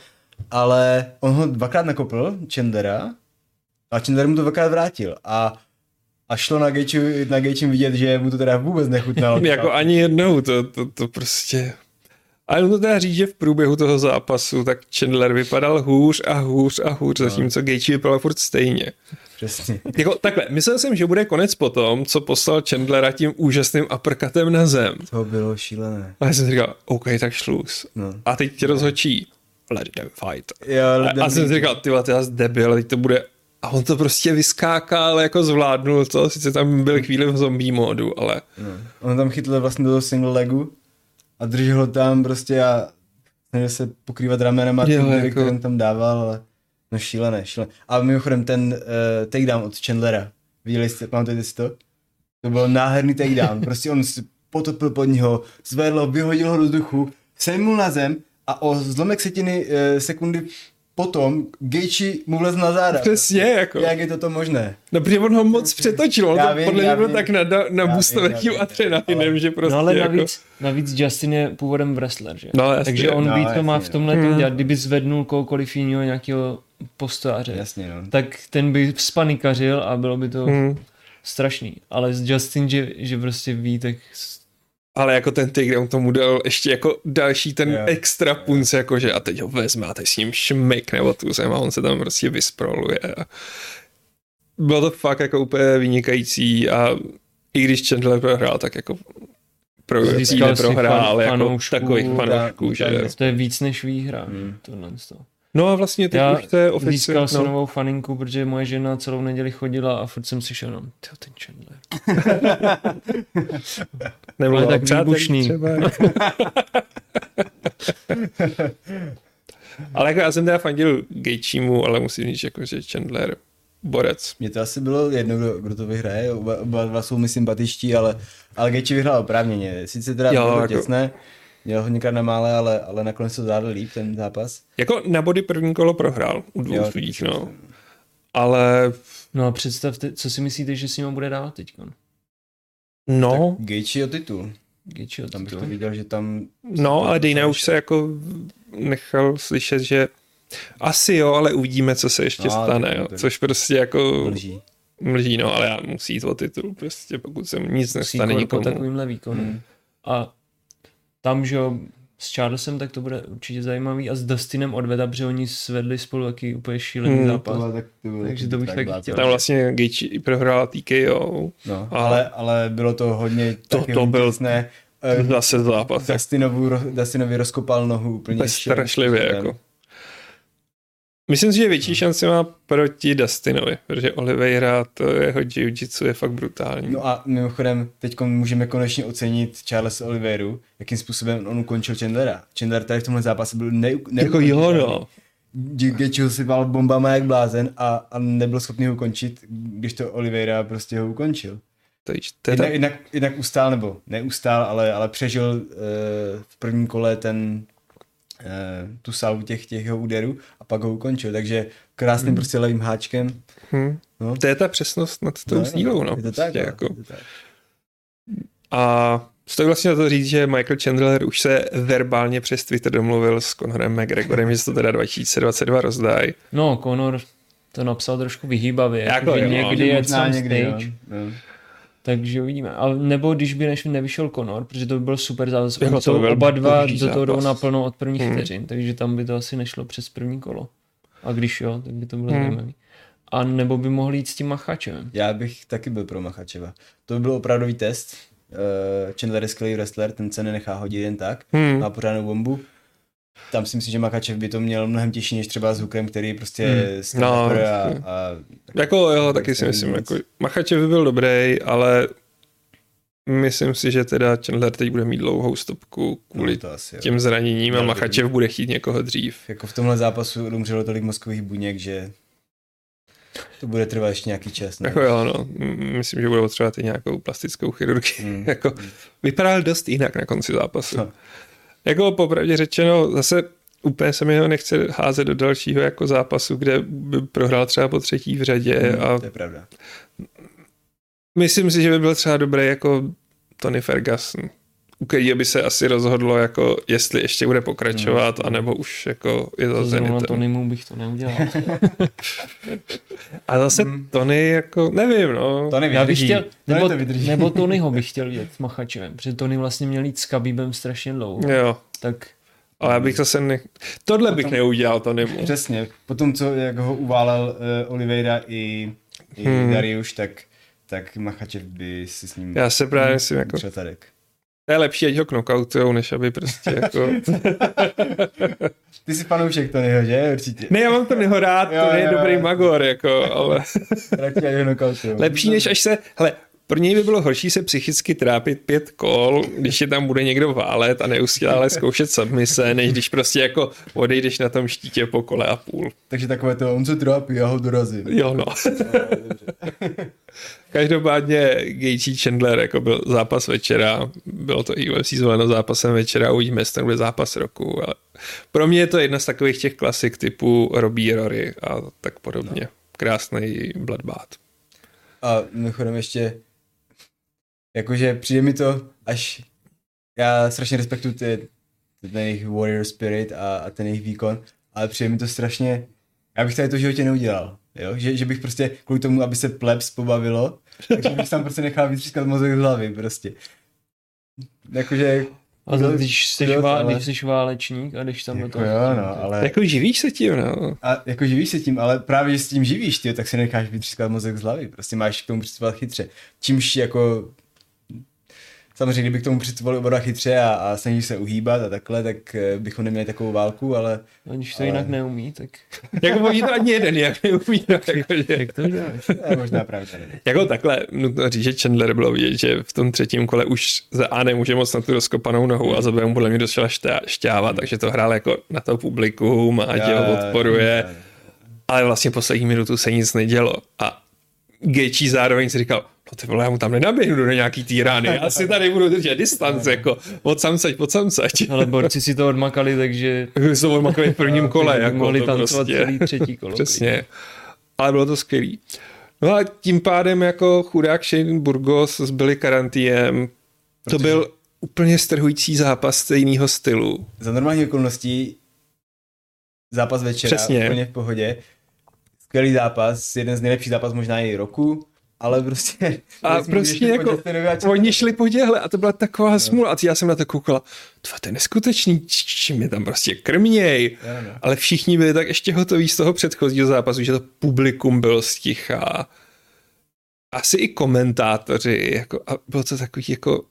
Ale on ho dvakrát nakopl, Chandlera, a Chandler mu to dvakrát vrátil a, a šlo na Gaethje, na Gaethje vidět, že mu to teda vůbec nechutnalo. Jako ani jednou, to, to, to prostě... Ale to teda říct, že v průběhu toho zápasu tak Chandler vypadal hůř a hůř a hůř, no. Zatímco Gaethje vypadal furt stejně. Přesně. Jako, takhle, myslel jsem, že bude konec po tom, co poslal Chandlera tím úžasným uppercutem na zem. To bylo šílené. A já jsem si říkal, OK, tak šluz. No. A teď tě rozhočí, let them fight. Jo, let them a, a jsem si říkal, ty ty jsi debil, teď to bude... A on to prostě vyskákal, ale jako zvládnul to, sice tam byl chvíli v zombie módu, ale... No. On tam chytl vlastně do toho single legu a držel ho tam prostě a snažil se pokrývat ramenem a tím, jako... který tam dával, ale no šílené, šílené. A mimochodem ten uh, takedown od Chandlera, viděli jste, pamatujete si to? To byl nádherný takedown, prostě on si potopil pod něho, zvedl, vyhodil ho do vzduchu, sejmul na zem a o zlomek setiny uh, sekundy potom Gaethje mu vlez na záda. Přesně, jako. Jak je toto možné? No, protože on ho moc přetočil, on to podle mě byl tak nabustovat tím adrenalinem, že prostě no ale jako... navíc, navíc Justin je původem wrestler, že? No, jasně. Takže on no, ví, to má v tomhle hmm. dělat, kdyby zvednul kohokoliv jiného nějakého postojáře, jasně, no. tak ten by spanikařil a bylo by to hmm. strašný. Ale z Justin, že, že prostě ví, tak... Ale jako ten takedown tomu dal ještě jako další ten yeah. extra punc, yeah. jakože a teď ho vezme a teď s ním šmekne o tu zem a on se tam prostě vysproluje. A bylo to fakt jako úplně vynikající a i když Chandler prohrál, tak jako pro neprohrál fan, jako takových fanoušků, že to je víc než výhra. Hmm. Tohle No a vlastně teď já už to je oficiálně. Získal jsem no. novou faninku, protože moje žena celou neděli chodila a furt jsem si šel, no, tyjo, ten Chandler. Nebylo tak výbušný. Ale jako já jsem teda fandil Gaethjemu, ale musím říct, jako, že Chandler borec. Mně to asi bylo jedno, kdo, kdo to vyhraje, oba, oba dva jsou mi sympatičtí, ale, ale Gaethje vyhrál oprávněně. Sice teda jo, bylo jako... těsné, měl hodněkrát na mále, ale, ale nakonec to zvládl líp ten zápas. Jako na body první kolo prohrál u dvou sudích, no. Ale... No a představte, co si myslíte, že s ním bude dávat teďkon? No. Tak Gaethje o titul. Gaethje o tam titul. Bych to viděl, že tam... No, ale Dana už se jako nechal slyšet, že asi jo, ale uvidíme, co se ještě no, stane, jo. Což prostě jako... Mlží. Mlží, no, ale já musí jít o titul, prostě pokud se nic nestane nikomu. Po takovýmhle výkonu. Hmm. A tam, že jo, s Charlesem, tak to bude určitě zajímavý a s Dustinem odveda, protože oni svedli spolu taky úplně šílený hmm. zápas. Tohle, tak to bylo, takže to bych tak, tak chtěl. Tam vlastně Gaethje prohrál T K O. No, ale, ale bylo to hodně to, to byl těsné. Zase zápas. Dustinovi rozkopal nohu úplně. Strašlivě, jako. Myslím si, že větší šanci má proti Dustinovi, protože Oliveira, to jeho jiu-jitsu je fakt brutální. No a mimochodem, teď můžeme konečně ocenit Charles Oliveiru, jakým způsobem on ukončil Chandlera. Chandler tady v tomhle zápase byl ne, ne jako jo, no. Gaethje ho sypal bombama jak blázen a, a nebyl schopný ho ukončit, když to Oliveira prostě ho ukončil. Teda... Jednak, jednak, jednak ustál, nebo neustál, ale, ale přežil uh, v prvním kole ten tu salvu těch, těch jeho úderů a pak ho ukončil, takže krásným hmm. prostě levým háčkem. Hmm. No. To je ta přesnost nad tou no, sílou, no. Je to tak, prostě, no. Jako. Je to tak. A stojí vlastně na to říct, že Michael Chandler už se verbálně přes Twitter domluvil s Conorem McGregorem, že se to teda dva tisíce dvacet dva rozdají. No, Conor to napsal trošku vyhýbavě, jako jako, někdy je some někdy, stage. No. Takže uvidíme. Ale nebo když by než nevyšel Conor, protože to by byl super zápas. Oni jsou oba dva do toho jdou naplno od prvních hmm. vteřin, takže tam by to asi nešlo přes první kolo. A když jo, tak by to bylo hmm. zajímavé. A nebo by mohl jít s tím Makhačevem. Já bych taky byl pro Makhačeva. To by byl opravdový test. Uh, Chandler je skvělý wrestler, ten se nenechá hodit jen tak. Hmm. Má pořádnou bombu. Tam si myslím, že Makhačev by to měl mnohem těžší než třeba s Hukem, který prostě hmm. no, a, a jako jo, taky si myslím, jako Makhačev by byl dobrý, ale myslím si, že teda Chandler teď bude mít dlouhou stopku kvůli no to asi, těm zraněním a Makhačev bude chtít někoho dřív. Jako v tomhle zápasu umřelo tolik mozkových buněk, že to bude trvat ještě nějaký čas. Ne? Jako jo, no. Myslím, že bude potřebovat i nějakou plastickou chirurgii. Hmm. jako, vypadal dost jinak na konci zápasu. No. Jako popravdě řečeno, zase úplně se mi ho nechce házet do dalšího jako zápasu, kde by prohrál třeba po třetí v řadě. Hmm, a to je pravda. Myslím si, že by byl třeba dobrý jako Tony Ferguson, u kterého by se asi rozhodlo, jako jestli ještě bude pokračovat, hmm. anebo už jako je za zenitem. Zrovna Tonymu bych to neudělal. A zase hmm. Tony jako, nevím, no. Tony Já bych chtěl, nebo, nebo Tonyho bych chtěl vidět s Makhačevem, protože Tony vlastně měl jít s Khabibem strašně dlouho. Jo. Tak... Ale já bych zase ne... Tohle Potom, bych neudělal Tonymu. Přesně. Potom, co jak ho uválel uh, Oliveira i, i hmm. Dariush, tak tak Makhačev by si s ním... Já se právě myslím jako... Třetadek. To je lepší, ať ho knockoutujou, než aby prostě jako... Ty jsi fanoušek Tonyho, že? Určitě. Ne, já mám Tonyho rád, jo, to je jo, dobrý jo. magor, jako, ale... Lepší, ať ho knockoutujou. Lepší, než až se... Hele, pro něj by bylo horší se psychicky trápit pět kol, když je tam bude někdo válet a neustále zkoušet submise, než když prostě jako odejdeš na tom štítě po kole a půl. Takže takové to, on se trápí, já ho dorazím. Jo, no. Každopádně Gaethje Chandler jako byl zápas večera, bylo to i U F C zvoleno zápasem večera, uvidíme, jestli to bude zápas roku, ale pro mě je to jedna z takových těch klasik typu Robbie Rory a tak podobně. No. Krásný bloodbath. A mimochodem ještě jakože přijde mi to až, já strašně respektuju ty, ten jejich warrior spirit a, a ten jejich výkon, ale přijde mi to strašně, já bych tady to v životě neudělal, jo? Že, že bych prostě kvůli tomu, aby se plebs pobavilo, takže bych tam prostě nechal vytřískat mozek z hlavy prostě. Jakože... A to, když jsi, dost, vá, ale... když jsi válečník a když tam jako to... Jo, no, ale... Jako živíš se tím, no. A jako živíš se tím, ale právě s tím živíš, tyjo, tak si necháš vytřískat mozek z hlavy. Prostě máš k tomu přistupovat chytře. Čímž jako... Samozřejmě, kdyby k tomu přistupovali oba chytře a, a snaží se uhýbat a takhle, tak bychom neměli takovou válku, ale... No, když to ale... jinak neumí, tak... jako možná to ani jeden jak neumí. No, jako, že... Jak to děláš? Je možná právě tady. Jako takhle, nutno říct, že Chandler bylo vidět, že v tom třetím kole už za A nemůže moc na tu rozkopanou nohu a za B mu podle mě došla šťáva, takže to hrál jako na to publikum a tě ho podporuje. Ale vlastně poslední minutu se nic nedělo a Gaethje zároveň si říkal, no ty vole, já mu tam nenaběhnu do nějaký té rány, já si tady budu držet distanc, jako od samceď, pod samceď. Ale borci si to odmakali, takže... si to odmakali v prvním kole, jako mohli to tancovat prostě. celý třetí kolo. Přesně, ale bylo to skvělý. No a tím pádem jako chudák Shane Burgos s Billy Karantiem, to Protože... byl úplně strhující zápas stejného stylu. Za normální okolností zápas večera, Přesně. úplně v pohodě. Skvělý zápas, jeden z nejlepších zápasů možná i roku, ale prostě... A prostě jako, oni šli po děhle a to byla taková smůla. A já jsem na to koukala, to je neskutečný, čím je tam prostě krmněj. No, no. Ale všichni byli tak ještě hotoví z toho předchozího zápasu, že to publikum bylo stichá. Asi i komentátoři, jako, a bylo to takový jako...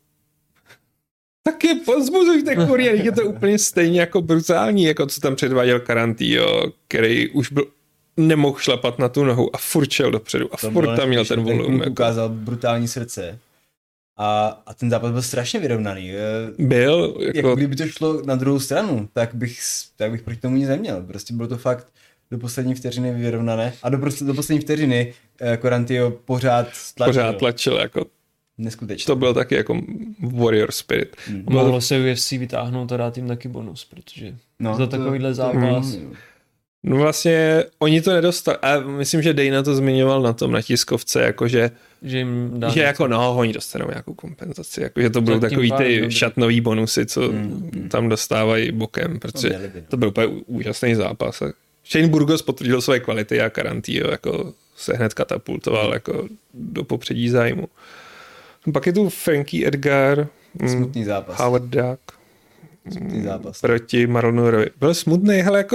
Taky pozbuzujte kuriér, je to úplně stejně jako brutální, jako co tam předváděl Karantio, který už byl nemohl šlapat na tu nohu a furt šel dopředu a to furt tam měl ten volum. Ten ukázal brutální srdce a, a ten zápas byl strašně vyrovnaný. Byl. Jako... jako kdyby to šlo na druhou stranu, tak bych, tak bych proti tomu nic neměl. Prostě bylo to fakt do poslední vteřiny vyrovnané a do, prostě, do poslední vteřiny Karantio pořád tlačil. Pořád tlačil, jako neskutečně. To byl taky jako warrior spirit. Hmm. Mohlo se U F C vytáhnout a dát jim taky bonus, protože no, za takovýhle to... zápas... Hmm. No vlastně oni to nedostali. A myslím, že Dana to zmiňoval na tom, na tiskovce, jakože že, jim dá že jako no, oni dostanou nějakou kompenzaci, jakože to budou takový ty dobrý. šatnový bonusy, co hmm. tam dostávají bokem, protože to byl úplně úžasný zápas. Shane Burgos potvrdil své kvality a Karantio jako se hned katapultoval jako do popředí zájmu. Pak je tu Frankie Edgar, smutný zápas. Howard Duck smutný zápas. Proti Marlonu Roy. Byl smutný, hele jako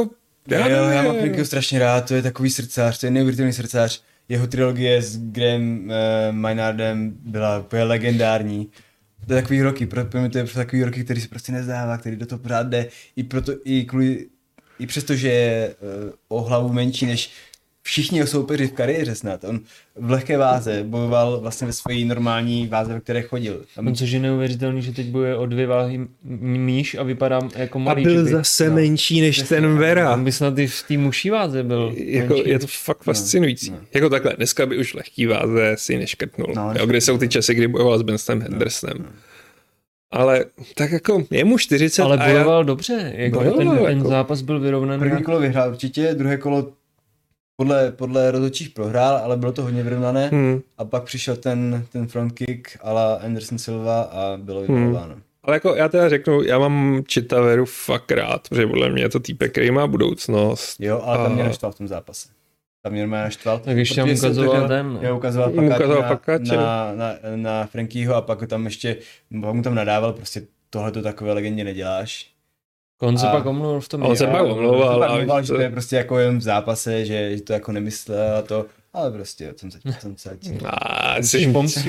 Já, jo, já mám Frankyho strašně rád, to je takový srdcař, to je neuvěřitelný srdcař. Jeho trilogie s Graham uh, Maynardem byla úplně legendární. To je takový roky, pro, pro mě to je takový roky, který se prostě nezdává, který do toho pořád jde. I, proto, i, kvůli, i přesto, že je uh, o hlavu menší než všichni jeho soupeři v kariéře snad. On v lehké váze bojoval vlastně ve své normální váze, ve které chodil. Tam... Což je neuvěřitelný, že teď bojuje o dvě váhy níž a vypadá jako malý. A byl čiby. zase no. menší než Přesně. ten Vera. On by snad i v té muší váze byl jako, je to fakt fascinující. No, no. Jako takhle, dneska by už lehký váze si neškrtnul. No, jo, kde jsou ty časy, kdy bojoval s Benstem Hendersonem. No, no. Ale tak jako je mu čtyřicet. Ale bojoval já... dobře. Jako bojoval, ten, ten jako... zápas byl vyrovnaný. První kolo vyhrál určitě, druhé kolo Podle, podle rozhodčích prohrál, ale bylo to hodně vyrovnané hmm. a pak přišel ten, ten front kick a la Anderson Silva a bylo vyvoláno. Hmm. Ale jako já teda řeknu, já mám Chitaveru fakt rád, protože podle mě je to týpek, který má budoucnost. Jo, ale tam a... mě naštval v tom zápase. Tam mě normálně naštval. Tak ještě mu ukazoval ten. Jo, ukazoval Pakáče na, na, na, na Frankyho a pak tam ještě, pak mu tam nadával, prostě tohle to takové legendě neděláš. On se pak omlouval v tom. On se pak omlouval. On se pak že to je prostě jako jen v zápase, že, že to jako nemyslel a to, ale prostě jsem se jsem se A jsi pomstí.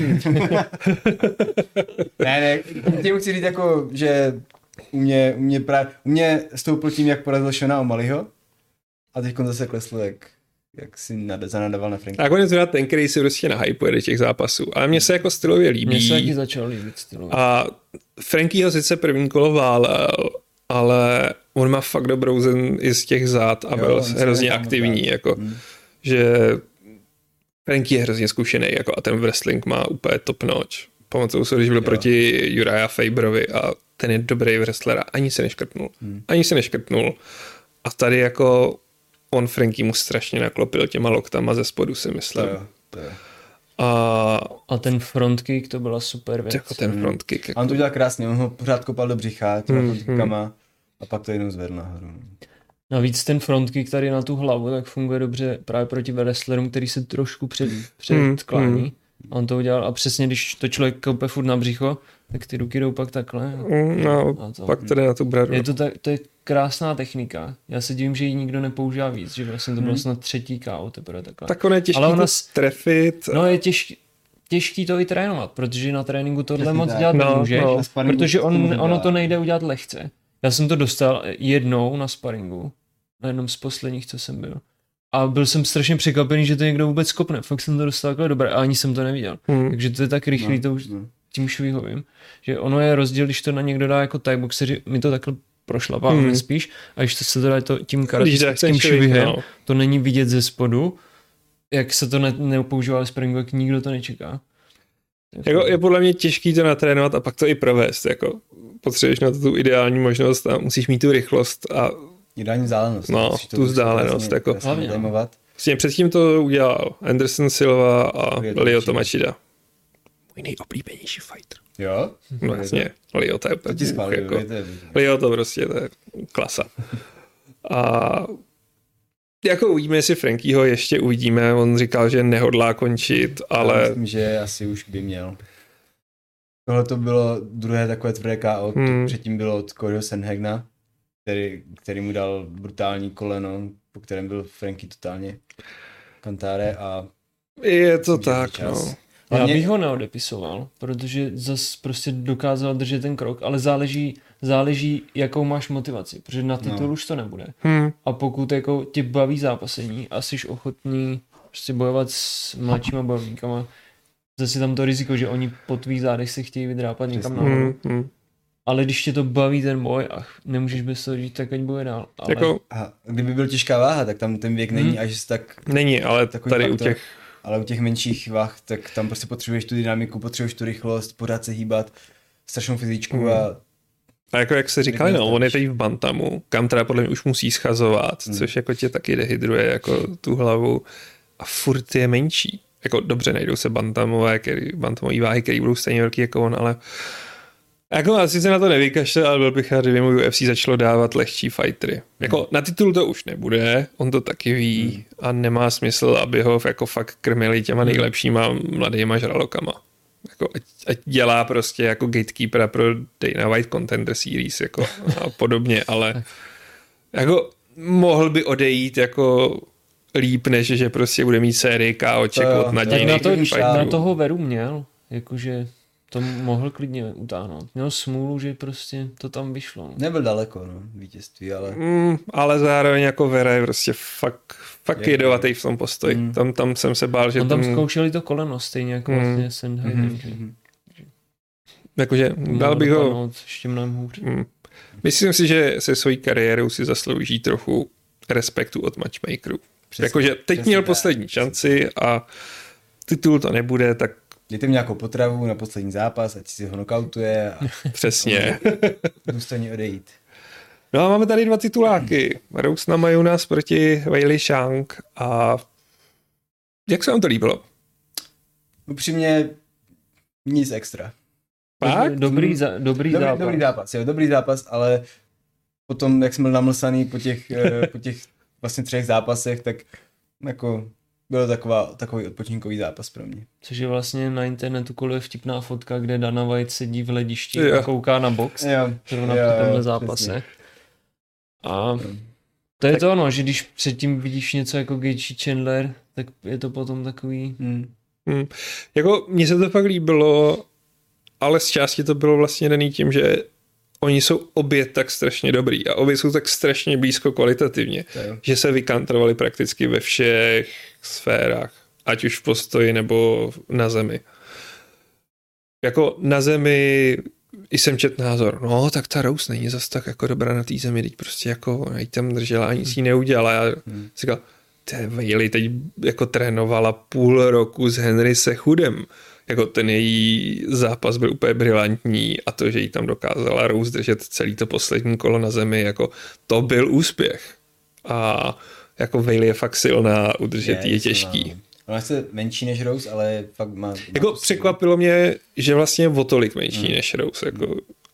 Ne, ne, tím chci říct jako, že u mě, u mě právě, u mě stoupil tím, jak porazil Shona O'Malleyho a teď zase klesl, jak, jak si zanadával na Franky. A konec ten, který si prostě nahypuje do těch zápasů, ale mně se jako stylově líbí. Mně se taky začal líbit stylově. A Frankyho sice první kolo válel, ale on má fakt dobrou zem i z těch zád a jo, byl hrozně aktivní, jako, hmm. že Franky je hrozně zkušený jako, a ten wrestling má úplně top notch. Pamatuju se, když byl jo. proti Uriah Faberovi a ten je dobrý wrestler a ani se neškrtnul. Hmm. Ani se neškrtnul. A tady jako on Franky mu strašně naklopil těma loktama ze spodu, si myslím. To jo, to jo. A... a ten front kick, to byla super věc. Jako ten front kick. Jako... A on to udělal krásně, on ho pořád kopal do břicha, těma hmm, frontkama hmm. a pak to jednou zvedl nahoru. Navíc ten front kick tady na tu hlavu, tak funguje dobře právě proti wrestlerům, který se trošku před, předklání. Hmm. A on to udělal a přesně, když to člověk kope furt na břicho, tak ty ruky jdou pak takhle. No, to, pak tedy na tu bradu. Je to, ta, to je krásná technika. Já se divím, že ji nikdo nepoužívá víc, že vlastně to bylo hmm. snad třetí ká ó teprve takhle. Tak ono je těžký to trefit. No je těžký, těžký to i trénovat, protože na tréninku tohle moc dělat no, nemůžeš, no. protože on, ono to nejde udělat lehce. Já jsem to dostal jednou na sparingu, na jednom z posledních, co jsem byl. A byl jsem strašně překvapený, že to někdo vůbec kopne. Fakt jsem to dostal takhle dobré a ani jsem to neviděl. Hmm. Takže to je tak rychlý, no, to už no. tím už vyhovím. Že ono je rozdíl, když to na někdo dá jako thaiboxeři, mi to takhle prošlapá, hmm. spíš, a když to se to dá to tím karatistickým švihem, no. to není vidět ze spodu, jak se to ne, nepoužívá springu, jak nikdo to nečeká. Jako je podle mě těžký to natrénovat a pak to i provést. Jako potřebuješ na to tu ideální možnost a musíš mít tu rychlost a ideální vzdálenost. No, tu vzdálenost. Vlastně, jako. vlastně vlastně předtím to udělal Anderson Silva a Lyoto Machida. Můj nejoblíbenější fighter. Jo? No vlastně, Lyoto je úplně jako, Lyoto prostě, to je klasa. A jako uvidíme, jestli Frankyho ještě uvidíme. On říkal, že nehodlá končit, ale... Já myslím, že asi už by měl. Tohle to bylo druhé takové tvrdé ká ó. Hmm. Předtím bylo od Coryho Sanhagna, který, který mu dal brutální koleno, po kterém byl Franky totálně kantáre a... Je to tak, no. Já bych ho neodepisoval, protože zas prostě dokázal držet ten krok, ale záleží, záleží jakou máš motivaci, protože na titul no. už to nebude. Hmm. A pokud jako tě baví zápasení a jsi ochotný prostě bojovat s mladšíma bojovníkama, zase tam to riziko, že oni po tvých zádech se chtějí vydrápat někam nahoru. Hmm. Ale když tě to baví ten boj a nemůžeš bez toho žít, tak ať boje dál. Ale... Jako... A kdyby byl těžká váha, tak tam ten věk není hmm. až tak... Není, ale tady faktor. u těch... Ale u těch menších vah, tak tam prostě potřebuješ tu dynamiku, potřebuješ tu rychlost, pořád se hýbat, strašnou fyzičku mm. a... A jako jak se říkali, no, on je teď v bantamu, kam teda podle mě už musí schazovat, mm. což jako tě taky dehydruje jako tu hlavu a furt je menší. Jako dobře, najdou se bantamové, který, bantamové váhy, které budou stejně velký jako on, ale jako asi se na to nevykašle, ale byl bych rád, kdyby mu U F C začalo dávat lehčí fightery. Jako hmm. na titul to už nebude, on to taky ví hmm. a nemá smysl, aby ho jako fakt krmili těma nejlepšíma mladýma žralokama. Jako ať, ať dělá prostě jako gatekeepera pro Dana White Contender Series jako a podobně, ale jako mohl by odejít jako líp, než že prostě bude mít sérii káoček To jo, od nadějných na to- fighterů. Na toho Veru měl, jakože to mohl klidně utáhnout. Měl smůlu, že prostě to tam vyšlo. No. Nebyl daleko, no, vítězství, ale... Mm, ale zároveň jako Vera je prostě fakt, fakt Je- jedovatý v tom postoji. Mm. Tam, tam jsem se bál, že On tam tam, zkoušeli to koleno, stejně jako Mm. vlastně Sandhagen. že Mhm. jakože mohl dal bych ho, dopadnout ještě mnohem hůř. mm, myslím si, že se svojí kariérou si zaslouží trochu respektu od matchmakerů. Přesně, Jakože teď přesně měl tak. poslední šanci a titul to nebude, tak Dejte mi nějakou potravu na poslední zápas, ať si ho knockoutuje a přesně. důstojně odejít. No a máme tady dva tituláky. Rose Namajunas proti Weili Zhang a jak se vám to líbilo? Upřímně nic extra. Fakt? Dobrý, za, dobrý, Dobrý, zápas. dobrý zápas, jo, dobrý zápas, ale potom, jak jsme byl namlsaný po těch, eh, po těch vlastně třech zápasech, tak jako byl taková, takový odpočinkový zápas pro mě. Což je vlastně na internetu koluje vtipná fotka, kde Dana White sedí v hledišti Jo. a kouká na box. Jo, Zrovna jo, po tomhle jo, zápase. přesně. A to je to ono, že když předtím vidíš něco jako Gaethje Chandler, tak je to potom takový... Hmm. Hmm. Jako mně se to fakt líbilo, ale z části to bylo vlastně daný tím, že oni jsou obě tak strašně dobrý a obě jsou tak strašně blízko kvalitativně, To jo. že se vykantrovali prakticky ve všech sférách, ať už v postoji nebo na zemi. Jako na zemi i jsem čet názor, no tak ta Rose není zas tak jako dobrá na té zemi, teď prostě jako jí tam držela a nic jí neudělala. Já Hmm. si říkal, té Weili teď jako trénovala půl roku s Henry Sechudem. Jako ten její zápas byl úplně brilantní a to, že jí tam dokázala Rose držet celý to poslední kolo na zemi, jako to byl úspěch. A jako Weili je fakt silná, udržet jí je těžký. silná, no. Ona je menší než Rose, ale fakt má... má Jako to překvapilo mě, že vlastně je o tolik menší Hmm. než Rose, jako,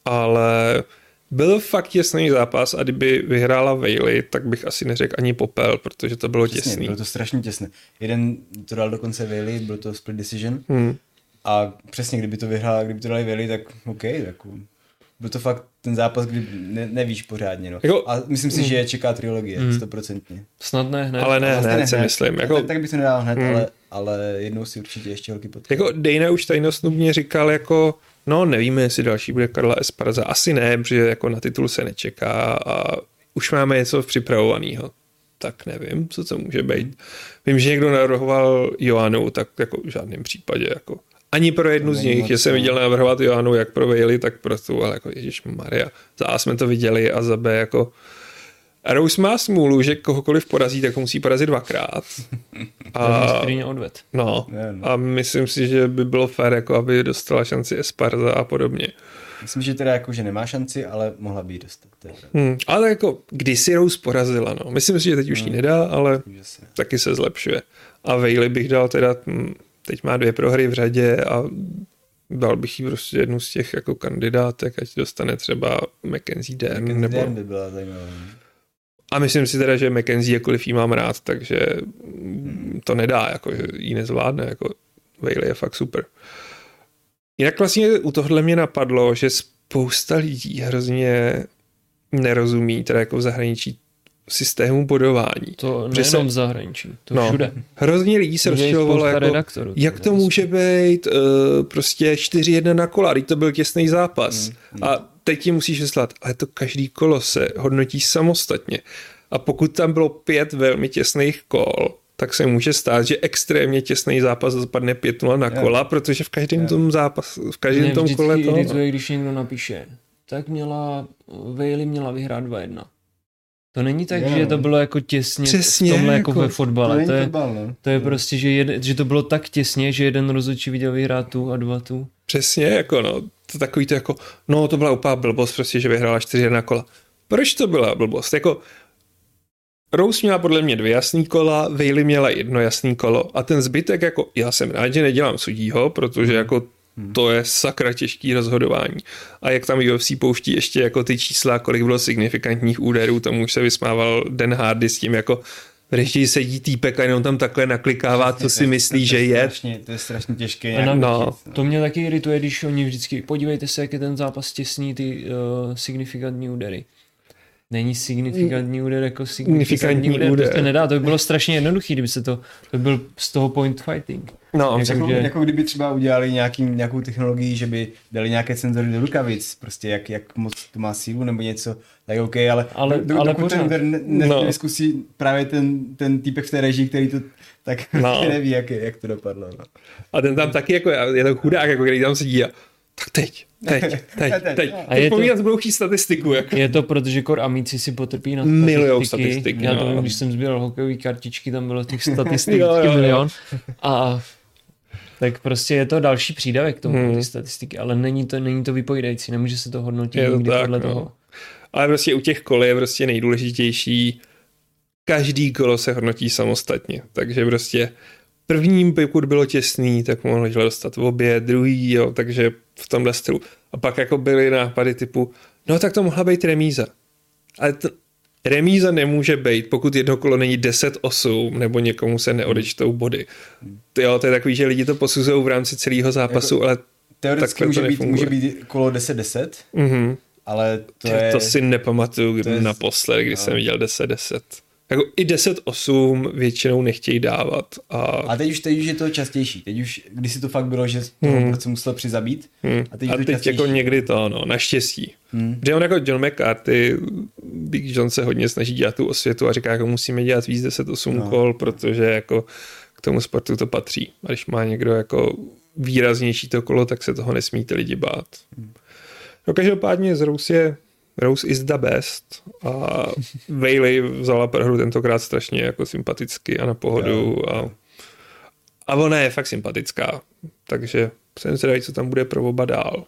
ale byl fakt těsný zápas a kdyby vyhrála Weili, tak bych asi neřekl ani popel, protože to bylo Přesně, těsný. bylo to strašně těsné. Jeden to dal dokonce Weili, byl to split decision. Hmm. A přesně, kdyby to vyhrál, kdyby to dali Weili, tak OK, jako, byl to fakt ten zápas, kdy ne, nevíš pořádně. No. Jako- A myslím si, že je čeká trilogie, Mm. stoprocentně. Snad ne hned. Ale ne, Vlastně hned ne si hned. myslím. Tak- Jako, Tak bych to nedal hned, Mm. ale, ale jednou si určitě ještě holky potkají. jako Dana už tajnostnubně říkal jako, no nevíme, jestli další bude Karla Esparza. Asi ne, protože jako na titul se nečeká a už máme něco připravovaného. Tak nevím, co to může být. Vím, že někdo navrhoval Joannu, tak jako v žádném případě jako ani pro jednu To z není nich, moc, že jsem no. viděl navrhovat Joannu jak pro Weili, tak pro tu, ale jako ježišmarja. Za A jsme to viděli a za B jako Rose má smůlu, že kohokoliv porazí, tak ho musí porazit dvakrát. A... A, Skrině odved. no, Ne, no. a myslím si, že by bylo fér, jako aby dostala šanci Esparza a podobně. Myslím, že teda jako, že nemá šanci, ale mohla by ji dostat. To je pravda. Hmm, ale jako kdysi Rose porazila, no. Myslím si, že teď už ji nedá, ale Že se- taky se zlepšuje. A Weili bych dal teda, hm, teď má dvě prohry v řadě a dal bych jí prostě jednu z těch jako kandidátek, ať dostane třeba Mackenzie Dern, Mackenzie nebo... Dern by byla zajímavá. A myslím si teda, že Mackenzie, jakkoliv jí mám rád, takže to nedá, jako, že jí nezvládne, jako Weili je fakt super. Jinak vlastně u tohle mě napadlo, že spousta lidí hrozně nerozumí, teda jako v zahraničí, systému bodování. To Že nejenom se- v zahraničí, to No. všude. Hrozně lidí se Může jít rozčilovalo, spousta jako, redaktorů, jak které to prostě- může být uh, prostě čtyři jedna na kola, teď to byl těsný zápas. Mm, A teď ti musíš vyslat, ale to každý kolo se hodnotí samostatně. A pokud tam bylo pět velmi těsných kol, tak se může stát, že extrémně těsný zápas dopadne pět nula na kola, Jo. protože v každém Jo. tom zápas, v každém Mě tom vždycky kole to... irituje, když někdo napíše, tak měla, Weili měla vyhrát dva jedna. To není tak, Jo. že to bylo jako těsně Přesně, v tomhle jako, jako- ve To fotbale. není To je, fotbal, no. to je prostě, že, jed, že to bylo tak těsně, že jeden rozhodčí viděl vyhrát tu a dva tu. Přesně, jako no, to takový to jako, no to byla úplná blbost, prostě, že vyhrála čtyři jedna kola. Proč to byla blbost? Jako Rose měla podle mě dvě jasný kola, Weili měla jedno jasný kolo a ten zbytek jako, já jsem rád, že nedělám sudího, protože jako to je sakra těžký rozhodování. A jak tam U F C pouští ještě jako ty čísla, kolik bylo signifikantních úderů, tomu už se vysmával Dan Hardy s tím jako v režii sedí týpek a jenom tam takhle naklikává, co si myslí, že je. Strašně, to je strašně těžké. A nějak na- no. učit, To mě taky irituje, když oni vždycky, podívejte se, jak je ten zápas těsný, ty uh, signifikantní údery. Není signifikantní úder jako signifikantní, signifikantní úder. úder. To nedá, to by bylo strašně jednoduchý, kdyby se to, to byl z toho point fighting. No, Jako, že- jako kdyby třeba udělali nějaký, nějakou technologii, že by dali nějaké senzory do rukavic, prostě jak, jak moc to má sílu nebo něco, tak OK, ale, Ale- do, ale dokud pořád. ten úder ne, ne, No. neskusí právě ten, ten týpek v té režii, který to tak No. no. neví, jak, jak to dopadlo. No. A ten tam taky jako, je to chudák, jako který tam sedí a tak teď, teď, teď, Teď. teď. A je Teď to- povídat budou chtít statistiku. Jako. Je to proto, že kor amici si potrpí na Milionů statistiky. statistik, Já to no. vím, když jsem sbíral hokejové kartičky, tam bylo těch statistik Jo, jo, jo. milion. A tak prostě je to další přídavek k tomu, Hmm. ty statistiky, ale není to, není to vypovídající, nemůže se to hodnotit Je to nikdy tak, podle no. toho. Ale prostě u těch kol je prostě nejdůležitější, každý kolo se hodnotí samostatně, takže prostě prvním, pokud bylo těsný, tak mohli dostat obě, druhý, jo, takže v tomhle stylu. A pak jako byly nápady typu, no tak to mohla být remíza. Ale t- remíza nemůže být, pokud jedno kolo není deset osm, nebo někomu se neodečtou body. Jo, to je takový, že lidi to posuzují v rámci celého zápasu, Jako- ale Teoreticky takhle to může být, nefunguje. může být kolo deset deset, mhm. ale to To, je... to si nepamatuju to je- naposled, kdy no. jsem viděl deset deset. Jako i deset osm většinou nechtějí dávat. A, A teď už, teď už je to častější. Teď už, když si to fakt bylo, že toho Hmm. hmm. musel přizabít. hmm. A teď, a je to teď častější. jako někdy to, no, naštěstí. Hmm. Protože on jako John McCarthy, Big John se hodně snaží dělat tu osvětu a říká, jako musíme dělat víc deset osm No. kol, protože jako k tomu sportu to patří. A když má někdo jako výraznější to kolo, tak se toho nesmí ty lidi bát. No každopádně z Rose je Rose is the best a Bailey vzala prohru tentokrát strašně jako sympaticky a na pohodu a, a ona je fakt sympatická, takže jsem zvědavý, co tam bude pro oba dál.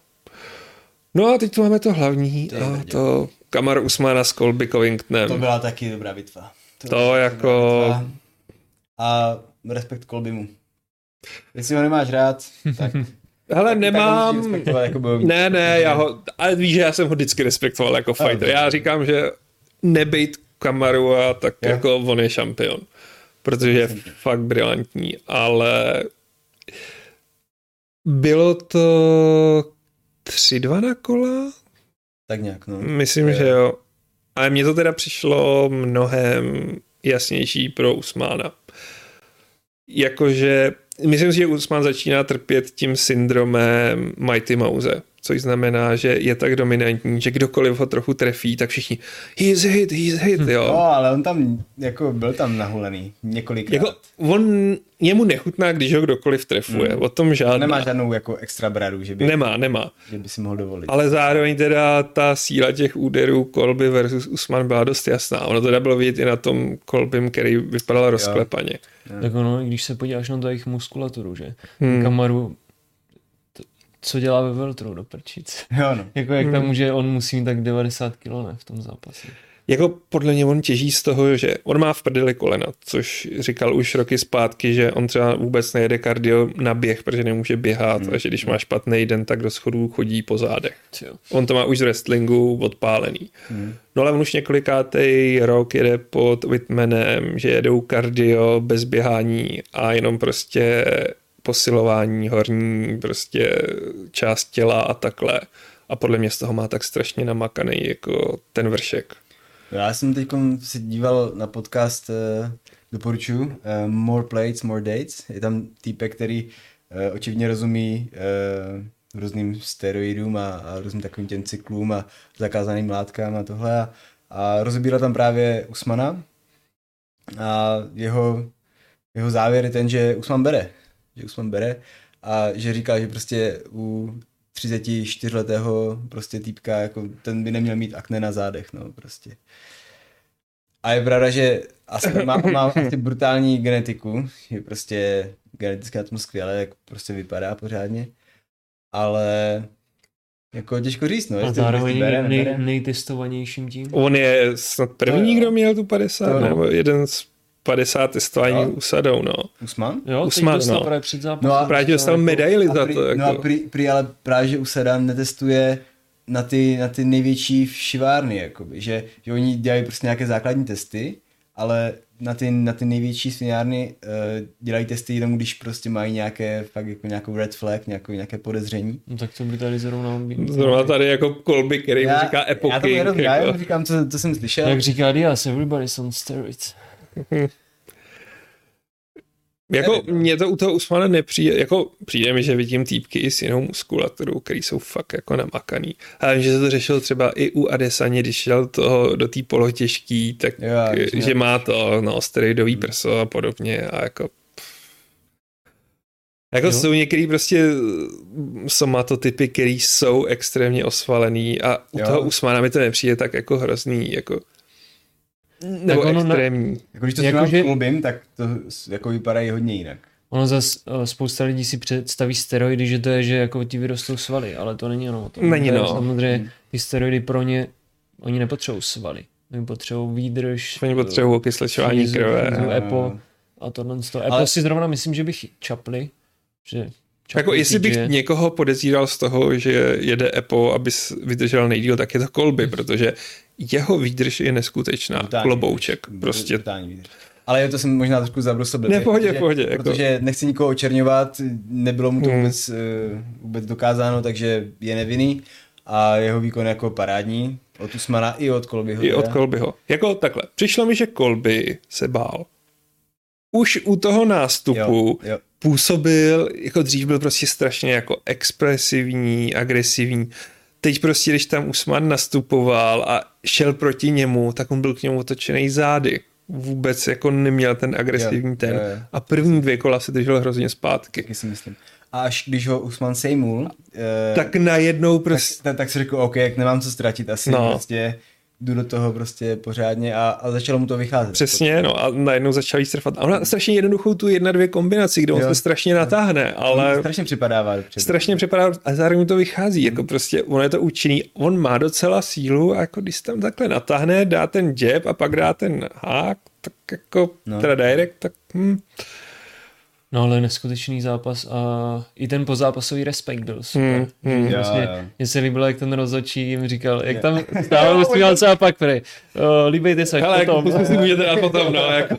No a teď tu máme to hlavní To je a hrdě. to Kamaru Usmana s Colby Covingtonem. To byla taky dobrá bitva. To byla jako- dobrá bitva. A respekt Kolbimu. Jestli ho nemáš rád, tak... Hele, tak nemám... ho musíš respektovat jako bojovník. Ne, ne, já ho, ale víš, že já jsem ho vždycky respektoval jako fighter. Já říkám, že nebejt Kamaru a tak Jo. jako on je šampion. Protože je fakt brilantní, ale bylo to tři dva na kola? Tak nějak, no. Myslím, Jo. že jo. Ale mně to teda přišlo mnohem jasnější pro Usmána. Jakože, myslím si, že Usmán začíná trpět tím syndromem Mighty Mouse, což znamená, že je tak dominantní, že kdokoliv ho trochu trefí, tak všichni he's hit, he's hit, jo. No, ale on tam, jako byl tam nahulený několikrát. Jako, on, jemu nechutná, když ho kdokoliv trefuje, Mm. o tom žádná. Nemá žádnou jako extra bradu, že by, Nemá, nemá. že by si mohl dovolit. Ale zároveň teda ta síla těch úderů Colby versus Usman byla dost jasná. Ono teda bylo vidět i na tom Colbym, který vypadal rozklepaně. Tak ono, když se podíváš na to jejich muskulaturu, že? Hmm. Kamaru, to, co dělá ve veltru do prčic? Jo, no. Jako jak Hmm. tam může, on musí mít tak devadesát kilo, ne, v tom zápase. Jako podle mě on těží z toho, že on má v prdeli kolena, což říkal už roky zpátky, že on třeba vůbec nejede kardio na běh, protože nemůže běhat Hmm. a že když má špatný den, tak do schodů chodí po zádech. Jo. On to má už z wrestlingu odpálený. Hmm. No ale on už několikátej rok jede pod Whitmanem, že jedou kardio bez běhání a jenom prostě posilování horní prostě část těla a takhle. A podle mě z toho má tak strašně namakaný jako ten vršek. Já jsem teď si díval na podcast, uh, doporučuji, uh, More Plates, More Dates. Je tam týpek, který uh, očividně rozumí uh, různým steroidům a, a různým takovým těm cyklům a zakázaným látkám a tohle. A, a rozebíral tam právě Usmana a jeho, jeho závěr je ten, že Usman bere. Že Usman bere a že říká, že prostě u třicetičtyřletého prostě týpka, jako ten by neměl mít akné na zádech, no prostě. A je pravda, že asi má, má asi brutální genetiku, je prostě geneticky na tom skvěle, jak prostě vypadá pořádně, ale jako těžko říct, no. A jestli- zároveň jestli bere, nej, nebere. nejtestovanějším tím. On je snad první, To jo. kdo měl tu padesát, To jo. nebo jeden z padesát testování Jo. usadou, no. Usman? Jo, teď Usman, dostal no. právě před zápasem. No a- Právě dostal jako- medaili A za prý, to. Jako. no a prý, prý ale právě, že Usada netestuje na ty, na ty největší šivárny, jakoby, že, že oni dělají prostě nějaké základní testy, ale na ty, na ty největší svinárny uh, dělají testy jenom, když prostě mají nějaké, fakt jako nějakou red flag, nějakou, nějaké podezření. No tak to by tady zrovna... Zrovna tady jako Colby, který já, mu říká epoky. Já to nerozumím, jako. Já říkám, co, co jsem slyšel. Jak říká Diaz, everybody's on steroids. Jako mě to u toho Usmana nepřijde, jako přijde mi, že vidím týpky s jinou muskulaturou, který jsou fakt jako namakaný. A vím, že se to řešil třeba i u Adesanya, když šel toho do té polotěžký, tak jo, že má to, no, steroidový prso a podobně a jako Jako jo. Jsou některý prostě somatotypy, který jsou extrémně osvalený a u jo. toho Usmana mi to nepřijde tak jako hrozný, jako nebo tak extrémní. Na, jako když to jako že... klubím, tak to jako vypadají hodně jinak. Ono zase spousta lidí si představí steroidy, že to je, že jako ti vyrostou svaly, ale to není ono. To není no. Samozřejmě ty steroidy pro ně, oni nepotřebují svaly. Oni potřebují výdrž. Oni potřebují okysličování krve. Epo a tohle. Epo ale... si zrovna myslím, že bych čapli. Že jako jestli bych je... někoho podezíral z toho, že jede Epo, aby vydržel nejdýl, tak je to Colby, protože jeho výdrž je neskutečná. Brutální klobouček. Výdrž. Prostě. Ale je to jsem možná trošku zabrusil blbě. Ne, pohodě, protože, pohodě. Jako... Protože nechci nikoho očerňovat, nebylo mu to hmm. vůbec, vůbec dokázáno, takže je nevinný a jeho výkon je jako parádní. Od Usmana i od Colbyho. I od Colbyho. Jako takhle. Přišlo mi, že Colby se bál. Už u toho nástupu jo, jo. působil, jako dřív byl prostě strašně jako expresivní, agresivní. Teď prostě, když tam Usman nastupoval a šel proti němu, tak on byl k němu otočený zády. Vůbec jako neměl ten agresivní jo, ten. Jo, jo. A první dvě kola se držel hrozně zpátky. Taky si myslím. A až když ho Usman sejmul, tak najednou prostě... Tak, tak, tak si řekl, OK, jak nemám co ztratit, asi no. prostě... jdu do toho prostě pořádně a, a začalo mu to vycházet. Přesně, no a najednou začal jí strfat. A ona strašně jednoduchou tu jedna, dvě kombinaci, kde on jo. se strašně natáhne, ale... Strašně připadává. Dopředu. Strašně připadává a zároveň mu to vychází, hmm. jako prostě on je to účinný, on má docela sílu a jako když tam takhle natáhne, dá ten jab a pak dá ten hák, tak jako no. teda direct, tak hm. No ale neskutečný zápas a i ten pozápasový respekt byl super. Hmm, hmm, vlastně, mně se líbilo, jak ten rozhodčí jim říkal, jak tam stával usmíval se a pak prej, líbejte se hele, potom. Hele, si můžete dát potom, no. Jako.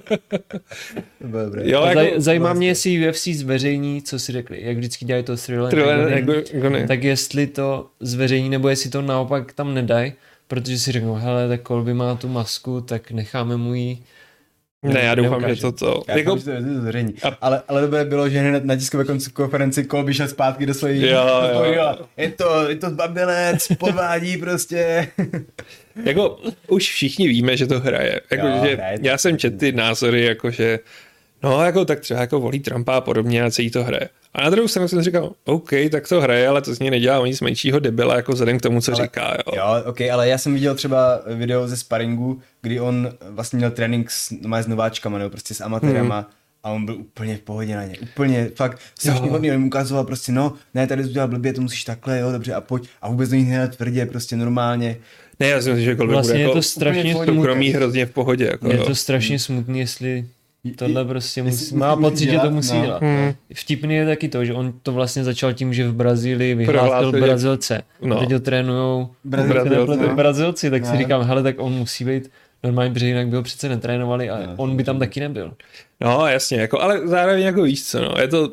jo, jako, Zaj, zajímá mě, jestli U F C zveřejní, co si řekli, jak vždycky dělají to thriller, thriller jako, jako tak jestli to zveřejní, nebo jestli to naopak tam nedají, protože si řeknou, hele, tak Colby má tu masku, tak necháme mu ji. Ne, já doufám, že to to... Já jako... doufám, že to zřejmě. Ale, ale dobré bylo, že hned na tiskové konferenci Colby šel zpátky do svojí... Jo, jo, jo. Je to, je to zbabělec, podvádí prostě. Jako už všichni víme, že to hraje. Jako, jo, že hraje já to. jsem četl ty názory, jako že no jako tak třeba jako volí Trumpa a podobně a celý to hraje. A na druhou stranu jsem říkal, OK, tak to hraje, ale to z něj nedělá o nic menšího debila, jako vzhledem k tomu, co ale, říká. Jo. jo, OK, ale já jsem viděl třeba video ze sparingu, kdy on vlastně měl trénink s, s nováčkama, nebo prostě s amatérama hmm. a on byl úplně v pohodě na ně. Úplně, fakt, strašně hodný, on mu ukazoval prostě, no, ne, tady jsi udělal blbě, to musíš takhle, jo, dobře, a pojď. A vůbec do nich hned tvrdě, prostě normálně. Ne, já si myslím, že Colby vlastně bude je jako to strašně soukromý hrozně v pohodě. Jako, je jo. to strašně smutný, jestli... Tohle prostě musí, má pocit, dělat, že to musí no. dělat. Hmm. Vtipný je taky to, že on to vlastně začal tím, že v Brazílii vyhlásil Brazilce. No. A teď ho trénujou Brazilci, no. Brazilci, tak no. si říkám, hele, tak on musí být normálně, protože jinak by ho přece netrénovali a no, on by tam taky nebyl. No jasně, jako, ale zároveň jako víš co, no, je to...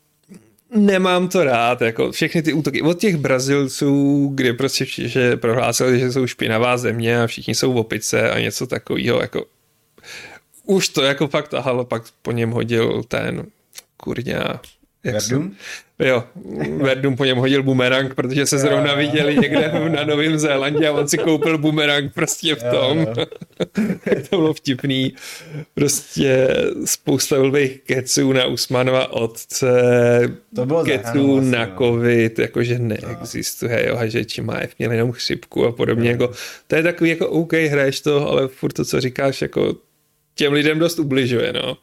Nemám to rád, jako všechny ty útoky od těch Brazilců, kde prostě že prohlásili, že jsou špinavá země a všichni jsou v opice a něco takového, jako už to jako fakt tahalo, pak po něm hodil ten kurňa. Verdum? Jo, Verdum po něm hodil bumerang, protože se zrovna viděli někde na Novém Zélandě a on si koupil bumerang prostě v tom. Tak to bylo vtipný. Prostě spousta blbých keců na Usmanova otce, keců vlastně, na covid, jakože neexistuje, jo, a že Chimaev měl jenom chřipku a podobně. Jako, to je takový jako OK, hraješ to, ale furt to, co říkáš, jako těm lidem dost ubližuje, no.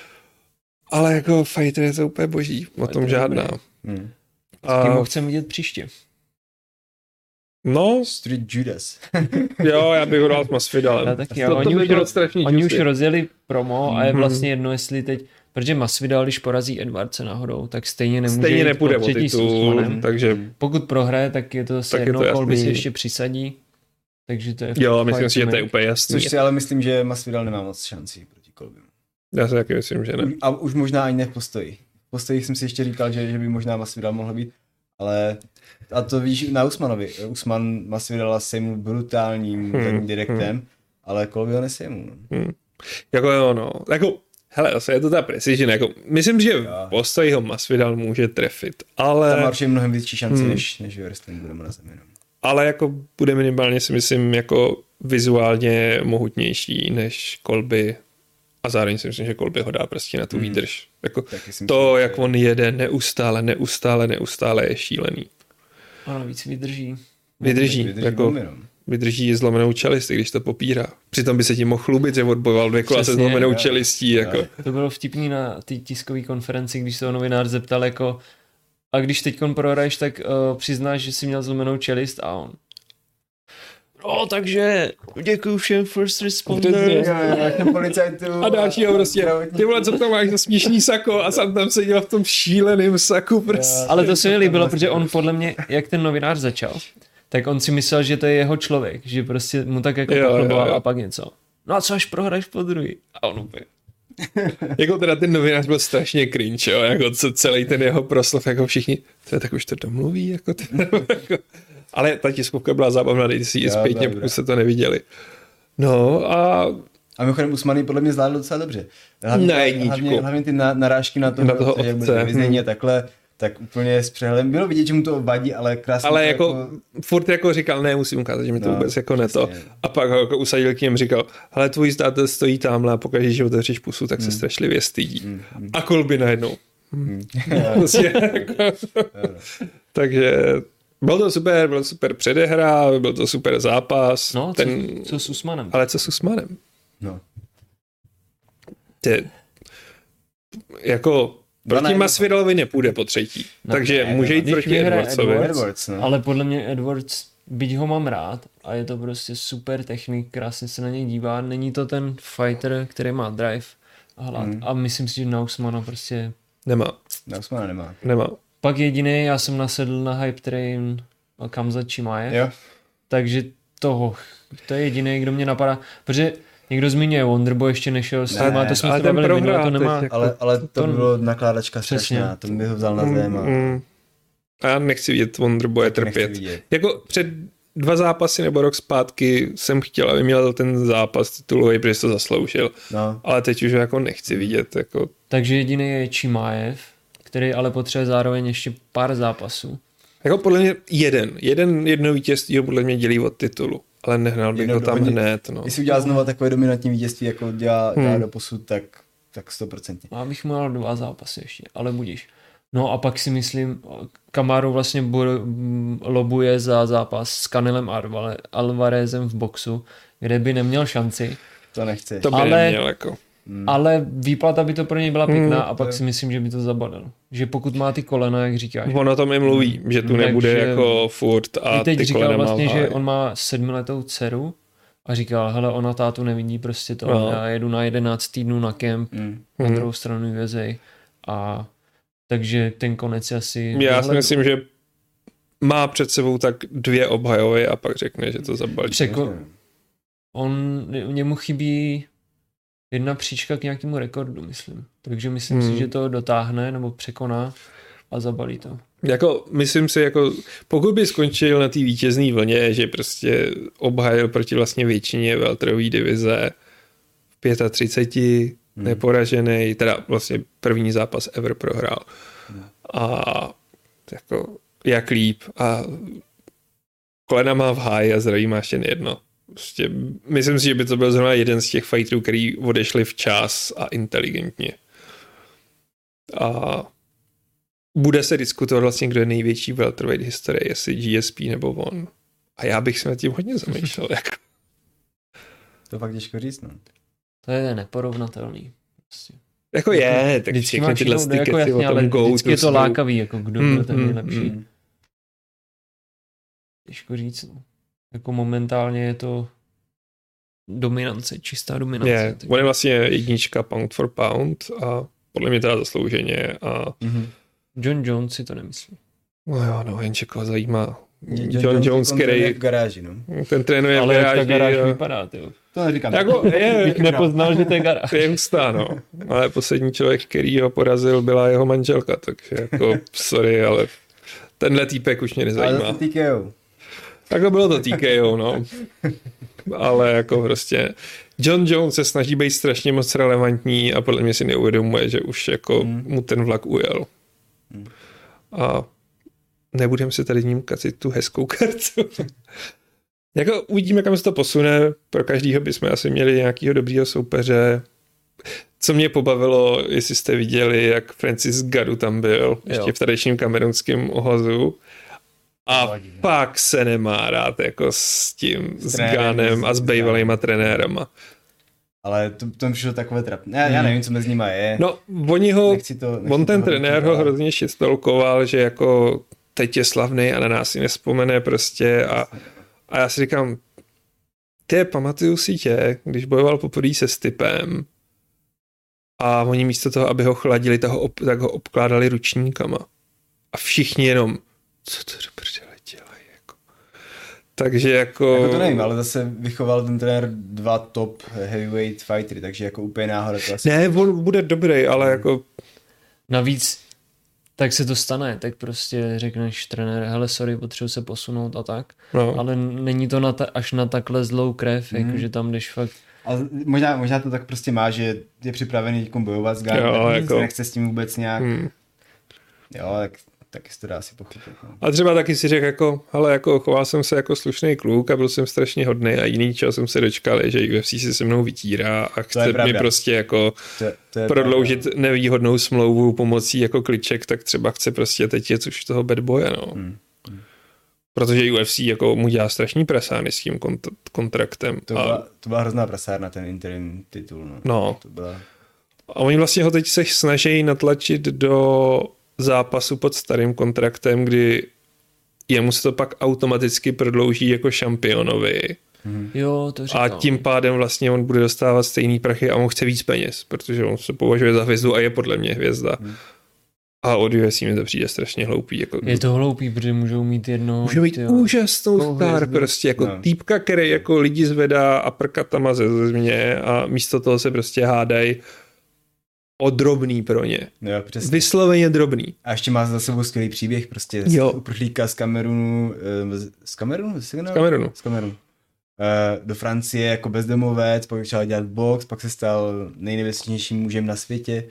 Ale jako fighter je to úplně boží, o tom žádná. Hmm. A kým ho chceme vidět příště? No. Street Judas. Jo, já bych ho dal s Masvidalem. Já taky, to, oni, to už, roz, oni už rozjeli promo a je vlastně jedno, jestli teď, protože Masvidal, když porazí Edwardse náhodou, tak stejně nemůže stejně jít nepůjde po třetí titul, takže... Pokud prohraje, tak je to zase jedno, Colby si ještě přisadí. Takže to je Jo, myslím si, že to je úplně jasný. Což si ale myslím, že Masvidal nemá moc šancí proti Colbymu. Já si taky myslím, že ne. A už možná ani ne v postoji. V postoji jsem si ještě říkal, že, že by možná Masvidal mohl být, ale a to víš na Usmanovi. Usman Masvidala sejmul brutálním hmm. direktem, hmm. ale Colby ho nesejmul. Hmm. Jako jo, no. Jako, hele, je to ta precision. Jako, myslím, že v postoji ho Masvidal může trefit, ale... Tam má určitě mnohem větší šanci, hmm. než, než v wrestlingu budeme na zemi. No. Ale jako bude minimálně si myslím jako vizuálně mohutnější než Colby a zároveň si myslím, že Colby ho dá prostě na tu hmm. výdrž. Jako to, jak on jede neustále, neustále, neustále je šílený. A navíc vydrží. Vydrží, vydrží jako vydrží zlomenou čelist, když to popírá. Přitom by se tím mohl chlubit, že odbojoval dvě kola se zlomenou čelistí. Jako. To bylo vtipný na té tiskové konferenci, když se ho novinář zeptal jako a když teďkon prohraješ, tak uh, přiznáš, že jsi měl zlomenou čelist a on. No, takže děkuju všem first responders. A dalšího prostě, ty vole, co tam máš za směšný sako a sám tam seděl v tom šíleným saku prostě. Ale to se mi líbilo, protože on podle mě, jak ten novinář začal, tak on si myslel, že to je jeho člověk, že prostě mu tak jako pochloboval a pak něco. No a co až prohraješ po druhý? A on úplně. Jako teda ten novinář byl strašně cringe, jo, jako celý ten jeho proslov, jako všichni, teda tak už to domluví, jako, teda, jako. Ale ta tiskovka byla zábavná, dejte si ji zpětně, pokud jste to neviděli. No a... A mimochodem Usmany podle mě zvládl docela dobře. Hlavně, hlavně, hlavně ty narážky na, to, na toho otce. Vyznění a takhle, tak úplně s přehledem. Bylo vidět, že mu to vadí, ale krásně. Ale jako, jako furt jako říkal, ne, musím ukázat, že mi to no, vůbec jako neto. A pak ho jako usadil k něm, říkal, hele, tvůj táta stojí tamhle a pokaždé, že otevřeš pusu, tak se hmm. strašlivě stydí. Hmm. Hmm. A Colby najednou. Hmm. Prostě, jako, takže... Byl to super, byl to super předehra, byl to super zápas. No, ten... co, co s Usmanem? Ale co s Usmanem? No. Ty, jako proti Masvidalovi nepůjde po třetí, no, takže ne, může jít proti Edwardsovi. Edwards, no. Ale podle mě Edwards, byť ho mám rád a je to prostě super technik, krásně se na něj dívá, není to ten fighter, který má drive a hlad. Mm. A myslím si, že na Usmana prostě... Nemá. Na Usmana nemá. Nemá. Pak jediný, já jsem nasedl na Hype Train Khamzat Chimaev, jo. takže toho, to je jediný, kdo mě napadá, protože někdo zmiňuje Wonderboy, ještě nešel s tím, to jsme se bavili minule, to nemá. Jako, ale, ale to, to bylo nakládačka strašná, to by ho vzal na zem. A... Mm, a já nechci vidět Wonderboye trpět. Jako před dva zápasy nebo rok zpátky jsem chtěl, aby měl ten zápas titulový, protože to zasloužil, no. Ale teď už ho jako nechci vidět. Jako... Takže jediný je Chimaev, který ale potřebuje zároveň ještě pár zápasů. Jako podle mě jeden. Jeden jedno vítězství ho podle mě dělí od titulu. Ale nehnal bych ho tam hodně, hned. No. Jestli udělá znova takové dominantní vítězství, jako dělá, dělá hmm. do posud, tak, tak sto procent. Já bych mu dal dva zápasy ještě, ale budíš. No a pak si myslím, Kamaru vlastně lobuje za zápas s Canelem Alvarezem v boxu, kde by neměl šanci. To nechci. To by ale... neměl jako... Hmm. Ale výplata by to pro něj byla pěkná hmm, a pak si myslím, že by to zabadal. Že pokud má ty kolena, jak říkáš. On o tom i mluví, hmm. že tu nebude takže, jako furt a teď ty říkal kolena vlastně, má že on má sedmiletou dceru a říkal, hele, ona tátu nevidí prostě to, no. Já jedu na jedenáct týdnů na kemp, hmm. na druhou stranu vězej a takže ten konec je asi... Já si myslím, že má před sebou tak dvě obhajové a pak řekne, že to zabalí. Překo... On, němu chybí jedna příčka k nějakému rekordu, myslím. Takže myslím hmm. si, že to dotáhne nebo překoná a zabalí to. Jako, myslím si, jako, pokud by skončil na té vítězné vlně, že prostě obhajil proti vlastně většině welterové divize v třicet pět, hmm. neporažený, teda vlastně první zápas ever prohrál. Hmm. A jako, jak líp. A kolena má v háji a zdraví má ještě jedno. Prostě, myslím si, že by to byl zrovna jeden z těch fighterů, který odešli včas a inteligentně. A bude se diskutovat vlastně, kdo je největší welterweight historie, jestli G S P nebo on. A já bych se nad tím hodně zamýšlel. Jako. To fakt těžko říct, no. To je neporovnatelný. Prostě. Jako je, tak všechny tyhle stykety jako o tom go. Vždycky je to lákavý, jako kdo mm, bude ten nejlepší. Mm. Těžko říct, no. Jako momentálně je to dominance, čistá dominance. Je, on je vlastně jednička pound for pound a podle mě teda zaslouženě. A... Mm-hmm. John Jones si to nemyslí. No jo, no, jenže koho zajímá John, John Jones, který v garáži, no. ten trénuje v Ale jak ta garáži. garáž a- vypadá, tyjo. To neříkám. Jako, je, Bych nepoznal, že to je garáž. je hustá, no. Ale poslední člověk, který ho porazil, byla jeho manželka, takže jako, sorry, ale tenhle týpek už mě Ale nezajímá. zase T K O. Tak bylo to T K O, no. Ale jako prostě John Jones se snaží být strašně moc relevantní a podle mě si neuvědomuje, že už jako hmm. mu ten vlak ujel. Hmm. A nebudeme si tady ním kacit tu hezkou kartu. Jako uvidíme, kam se to posune. Pro každýho bychom asi měli nějakého dobrýho soupeře. Co mě pobavilo, jestli jste viděli, jak Francis Gadu tam byl, ještě Jo. v tradičním kamerunském ohazu. A Vadí, pak se nemá rád jako s tím, s trenérem, Ganem a s s- bývalýma trenérama. Ale to, to mi přišlo takové trapné. Já, já nevím, co mezi nima je. No, oni ho, Nechci to, nechci on ten to trenér hodnotit, ho ale- hrozně shitstolkoval, že jako teď je slavný a na nás si nespomene prostě a, a já si říkám, ty pamatuju si tě, když bojoval poprvé se Stipem a oni místo toho, aby ho chladili, tak ho, ob, tak ho obkládali ručníkama. A všichni jenom, co to do prdele dělají, jako. Takže jako... Jako to nevím, ale zase vychoval ten trenér dva top heavyweight fightery, takže jako úplně náhoda to asi... Ne, on bude dobrý, ale jako... Navíc, tak se to stane, tak prostě řekneš trenér, hele, sorry, potřebuji se posunout a tak, No. ale není to na ta, až na takhle zlou krev, Mhm. jakože tam jdeš fakt, Ale možná, možná to tak prostě má, že je připravený teďkom bojovat s Ganem, Jo, tak jako- nechce s tím vůbec nějak... Hmm. Jo, tak taky se to dá asi pochopit. No. A třeba taky si řekl jako, hele, jako choval jsem se jako slušný kluk a byl jsem strašně hodný a jiný, čeho jsem se dočkal, je, že U F C si se mnou vytírá a chce mě pravda. prostě jako To, je- to je prodloužit pravda. nevýhodnou smlouvu pomocí jako kliček, tak třeba chce prostě teď jet už toho bad boye, no. Hmm. Protože U F C jako mu dělá strašný presány s tím kont- kontraktem. To a, byla, to byla hrozná prasárna, ten interim titul. No. no. To byla... A oni vlastně ho teď se snaží natlačit do zápasu pod starým kontraktem, kdy jemu se to pak automaticky prodlouží jako šampionovi. Mhm. jo, to A říkám. tím pádem vlastně on bude dostávat stejný prachy a on chce víc peněz, protože on se považuje za hvězdu a je podle mě hvězda. Hmm. A od U F C mi to přijde strašně hloupý. Jako, Je to hloupý, protože můžou mít jedno... může být tyjo, úžasnou takovou star, hvězdu. prostě jako No. týpka, který jako lidi zvedá a prkatama ze země a místo toho se prostě hádají o drobný pro ně. Jo, přesně. Vysloveně drobný. A ještě má za sebou skvělý příběh, prostě Jo. z uprchlíka z Kamerunu, eh, z- z Kamerunu? Z Z Kamerunu. Z Kamerunu. Eh, do Francie jako bezdomovec, pak začal dělat box, pak se stal nejnebezpečnějším mužem na světě.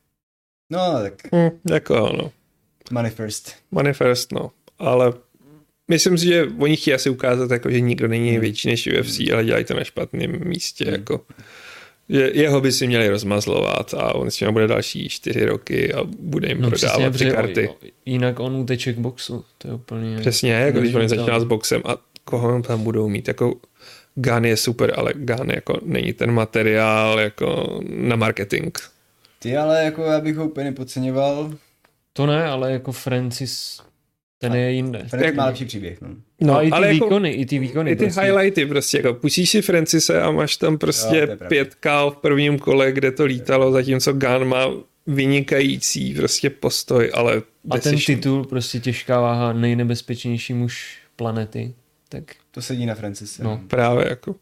No, tak Hm, jako ano. money first. Money first, no. Ale myslím si, že oni chtějí asi ukázat, jako, že nikdo není větší než U F C, ale dělají to na špatném místě. Jako. Že jeho by si měli rozmazlovat a on s tím bude další čtyři roky a bude jim No prodávat přesně, ty protože karty. o- jinak on uteče k boxu, to je úplně... Přesně, jako když oni neuvěřitelné. začíná s boxem a koho tam budou mít. Jako Gun je super, ale Gun jako není ten materiál jako na marketing. Ty ale jako já bych ho úplně nepodceňoval. To ne, ale jako Francis, ten je jinde. Francis Jak- má lepší příběh. No. No, a i ty ale jako- výkony, i ty výkony. I ty prostě. highlighty prostě, jako pustíš si Francise a máš tam prostě Jo, to je pravda. pět kál v prvním kole, kde to lítalo, zatímco Gun má vynikající prostě postoj, ale A ten decision. titul, prostě těžká váha, nejnebezpečnější muž planety. Tak, To sedí na Francise. No. Právě jako.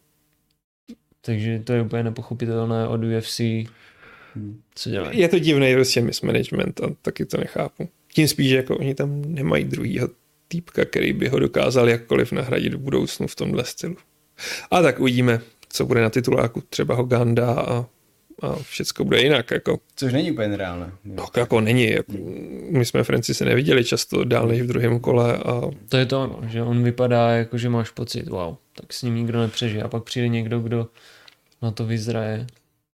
takže to je úplně nepochopitelné od U F C, Hmm. co dělají. Je to divný prostě mismanagement a taky to nechápu. Tím spíš, že jako oni tam nemají druhýho týpka, který by ho dokázal jakkoliv nahradit v budoucnu v tomhle stylu. A tak uvidíme, co bude na tituláku, třeba ho Ganda a, a všecko bude jinak. Jako. Což není úplně nereálné. No, jako není. Jako, my jsme Francise neviděli často dál než v druhém kole a To je to ono, že on vypadá jako, že máš pocit, wow, tak s ním nikdo nepřežije. A pak přijde někdo, kdo na to vyzraje.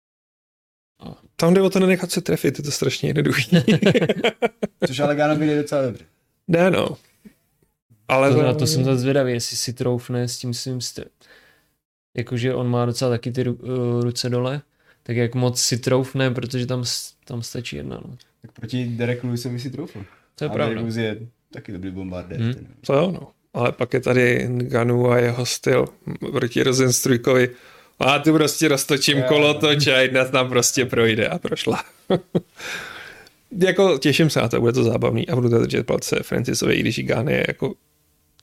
tam jde o to nenechat se trefit, je to strašně jednoduchý. Což ale Ganovi jde docela dobře. ne no. Ale To, na to jsem zase zvědavý, jestli si troufne s tím svým styl. Jakože on má docela taky ty ru, uh, ruce dole, tak jak moc si troufne, protože tam, s- tam stačí jedna. No. Tak proti Dereku Lewisovi si troufl. To je A pravda. Derek Lewis je taky dobrý bombardér. Hmm. ten. To jo, no. Ale pak je tady Ganu a jeho styl proti Rozenstrujkovi. A tu prostě roztočím Jo. kolotoč a jedna tam prostě projde a prošla. Jako těším se na to, bude to zábavný a budu to držet palce Francisovi, i když Gán je jako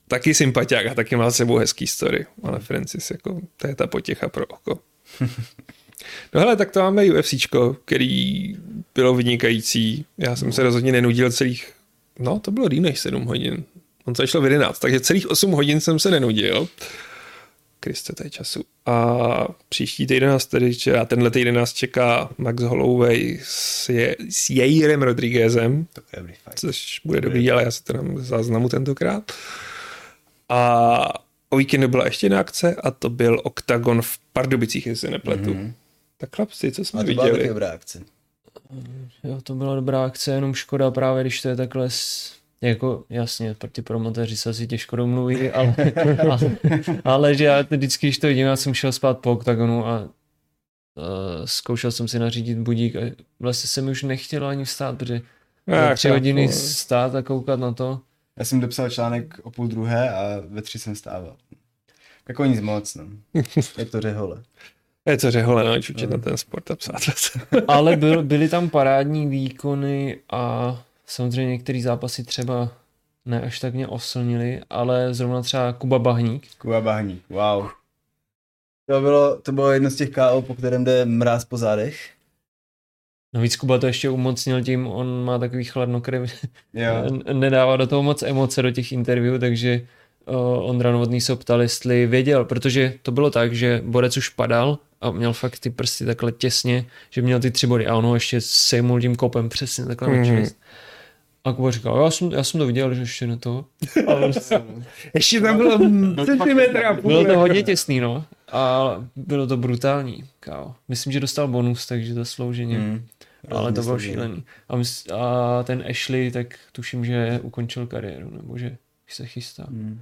taky sympatiák a taky má s sebou hezký story, ale Francis, jako, to je ta potěcha pro oko. No hele, tak to máme UFCčko, který bylo vynikající. Já jsem se rozhodně nenudil celých, no to bylo díl než sedm hodin. On se šlo v jedenáct, takže celých osm hodin jsem se nenudil. Kriste, to je času. A příští týden nás tedy, a tenhle týden nás čeká Max Holloway s, je, s Jairem Rodriguezem, To bude dobrý fight. což bude dobrý, ale já se to dám záznamu tentokrát. A o víkendu byla ještě jedna akce a to byl Oktagon v Pardubicích, jestli se nepletu. Mm-hmm. Tak chlapci, co jsme A to byla viděli? taky dobrá akce. Jo, to byla dobrá akce, jenom škoda právě, když to je takhle s... Jako, jasně, proti promotéři se asi těžko domluví, ale, ale, ale že já vždycky, když to vidím, já jsem šel spát po Oktagonu a uh, zkoušel jsem si nařídit budík a vlastně se mi už nechtělo ani vstát, protože Ah, tři hodiny stát a koukat na to. Já jsem dopsal článek o půl druhé a ve tři jsem stával. Jako nic moc, no. Je to řehole. Je to řehole, no, čučit na ten sport a psát. Ale byl, byly tam parádní výkony a samozřejmě některé zápasy třeba ne až tak mě oslnili, ale zrovna třeba Kuba Bahník. Kuba Bahník, wow. To bylo, to bylo jedno z těch K O, po kterém jde mráz po zádech. Navíc Kuba to ještě umocnil tím, on má takový chladnokrev, Jo. nedává do toho moc emoce do těch interview, takže uh, Ondra Novotný se ptal, jestli věděl, protože to bylo tak, že borec už padal a měl fakt ty prsty takhle těsně, že měl ty tři body a on ho ještě sejmul tím kopem přesně takhle mm. na čest. A Kuba říkal, já jsem, já jsem to viděl, že ještě na to. Ještě tam bylo centimetra. Bylo to hodně těsný, no. A bylo to brutální. Káo. Myslím, že dostal bonus, takže zaslouženě. Mm, ale to bylo šílený. A, mys- a ten Ashley, tak tuším, že ukončil kariéru, nebo že se chystá. Mm.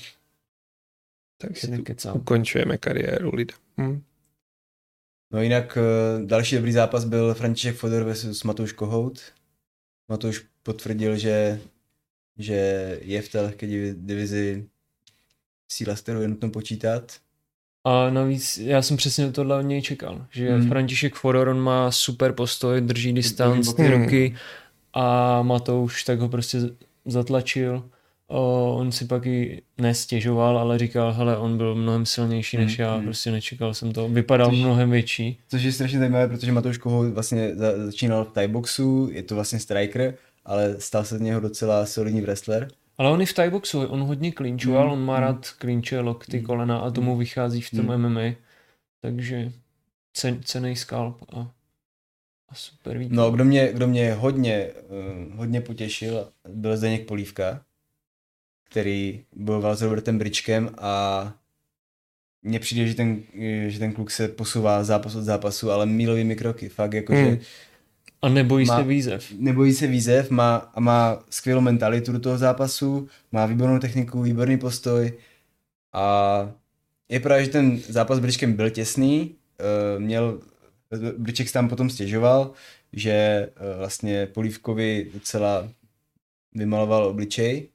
Takže ukončujeme kariéru lidem. Mm. No jinak další dobrý zápas byl František Fodor versus Matouš Kohout. Matouš potvrdil, že, že je v té lehké divizi síla, s kterou je nutno počítat. A navíc já jsem přesně tohle od něj čekal, že hmm. František Fodor, on má super postoj, drží distanc, ty ruky a Matouš tak ho prostě zatlačil. O, on si pak i nestěžoval, ale říkal, hele, on byl mnohem silnější než já, hmm. prostě nečekal jsem to, vypadal což, mnohem větší. Což je strašně zajímavé, protože Matouš Kohout vlastně za, začínal v Thai boxu, je to vlastně striker, ale stal se z něho docela solidní wrestler. Ale on i v Thai boxu, on hodně klinčoval, mm. on má rád klinče, lokty, kolena a tomu vychází v tom mm. M M A, takže cen, cenej skalp a, a super výkon. No, kdo mě, kdo mě hodně, uh, hodně potěšil, byl Zdeněk Polívka, který bojoval s Robertem Bričkem a mně přijde, že ten, že ten kluk se posouvá zápas od zápasu, ale mílovými kroky, fakt jakože mm. A nebojí má, se výzev. Nebojí se výzev, má, a má skvělou mentalitu do toho zápasu, má výbornou techniku, výborný postoj a je pravda, že ten zápas s Bričkem byl těsný, měl, Briček tam potom stěžoval, že vlastně Polívkovi docela vymaloval obličej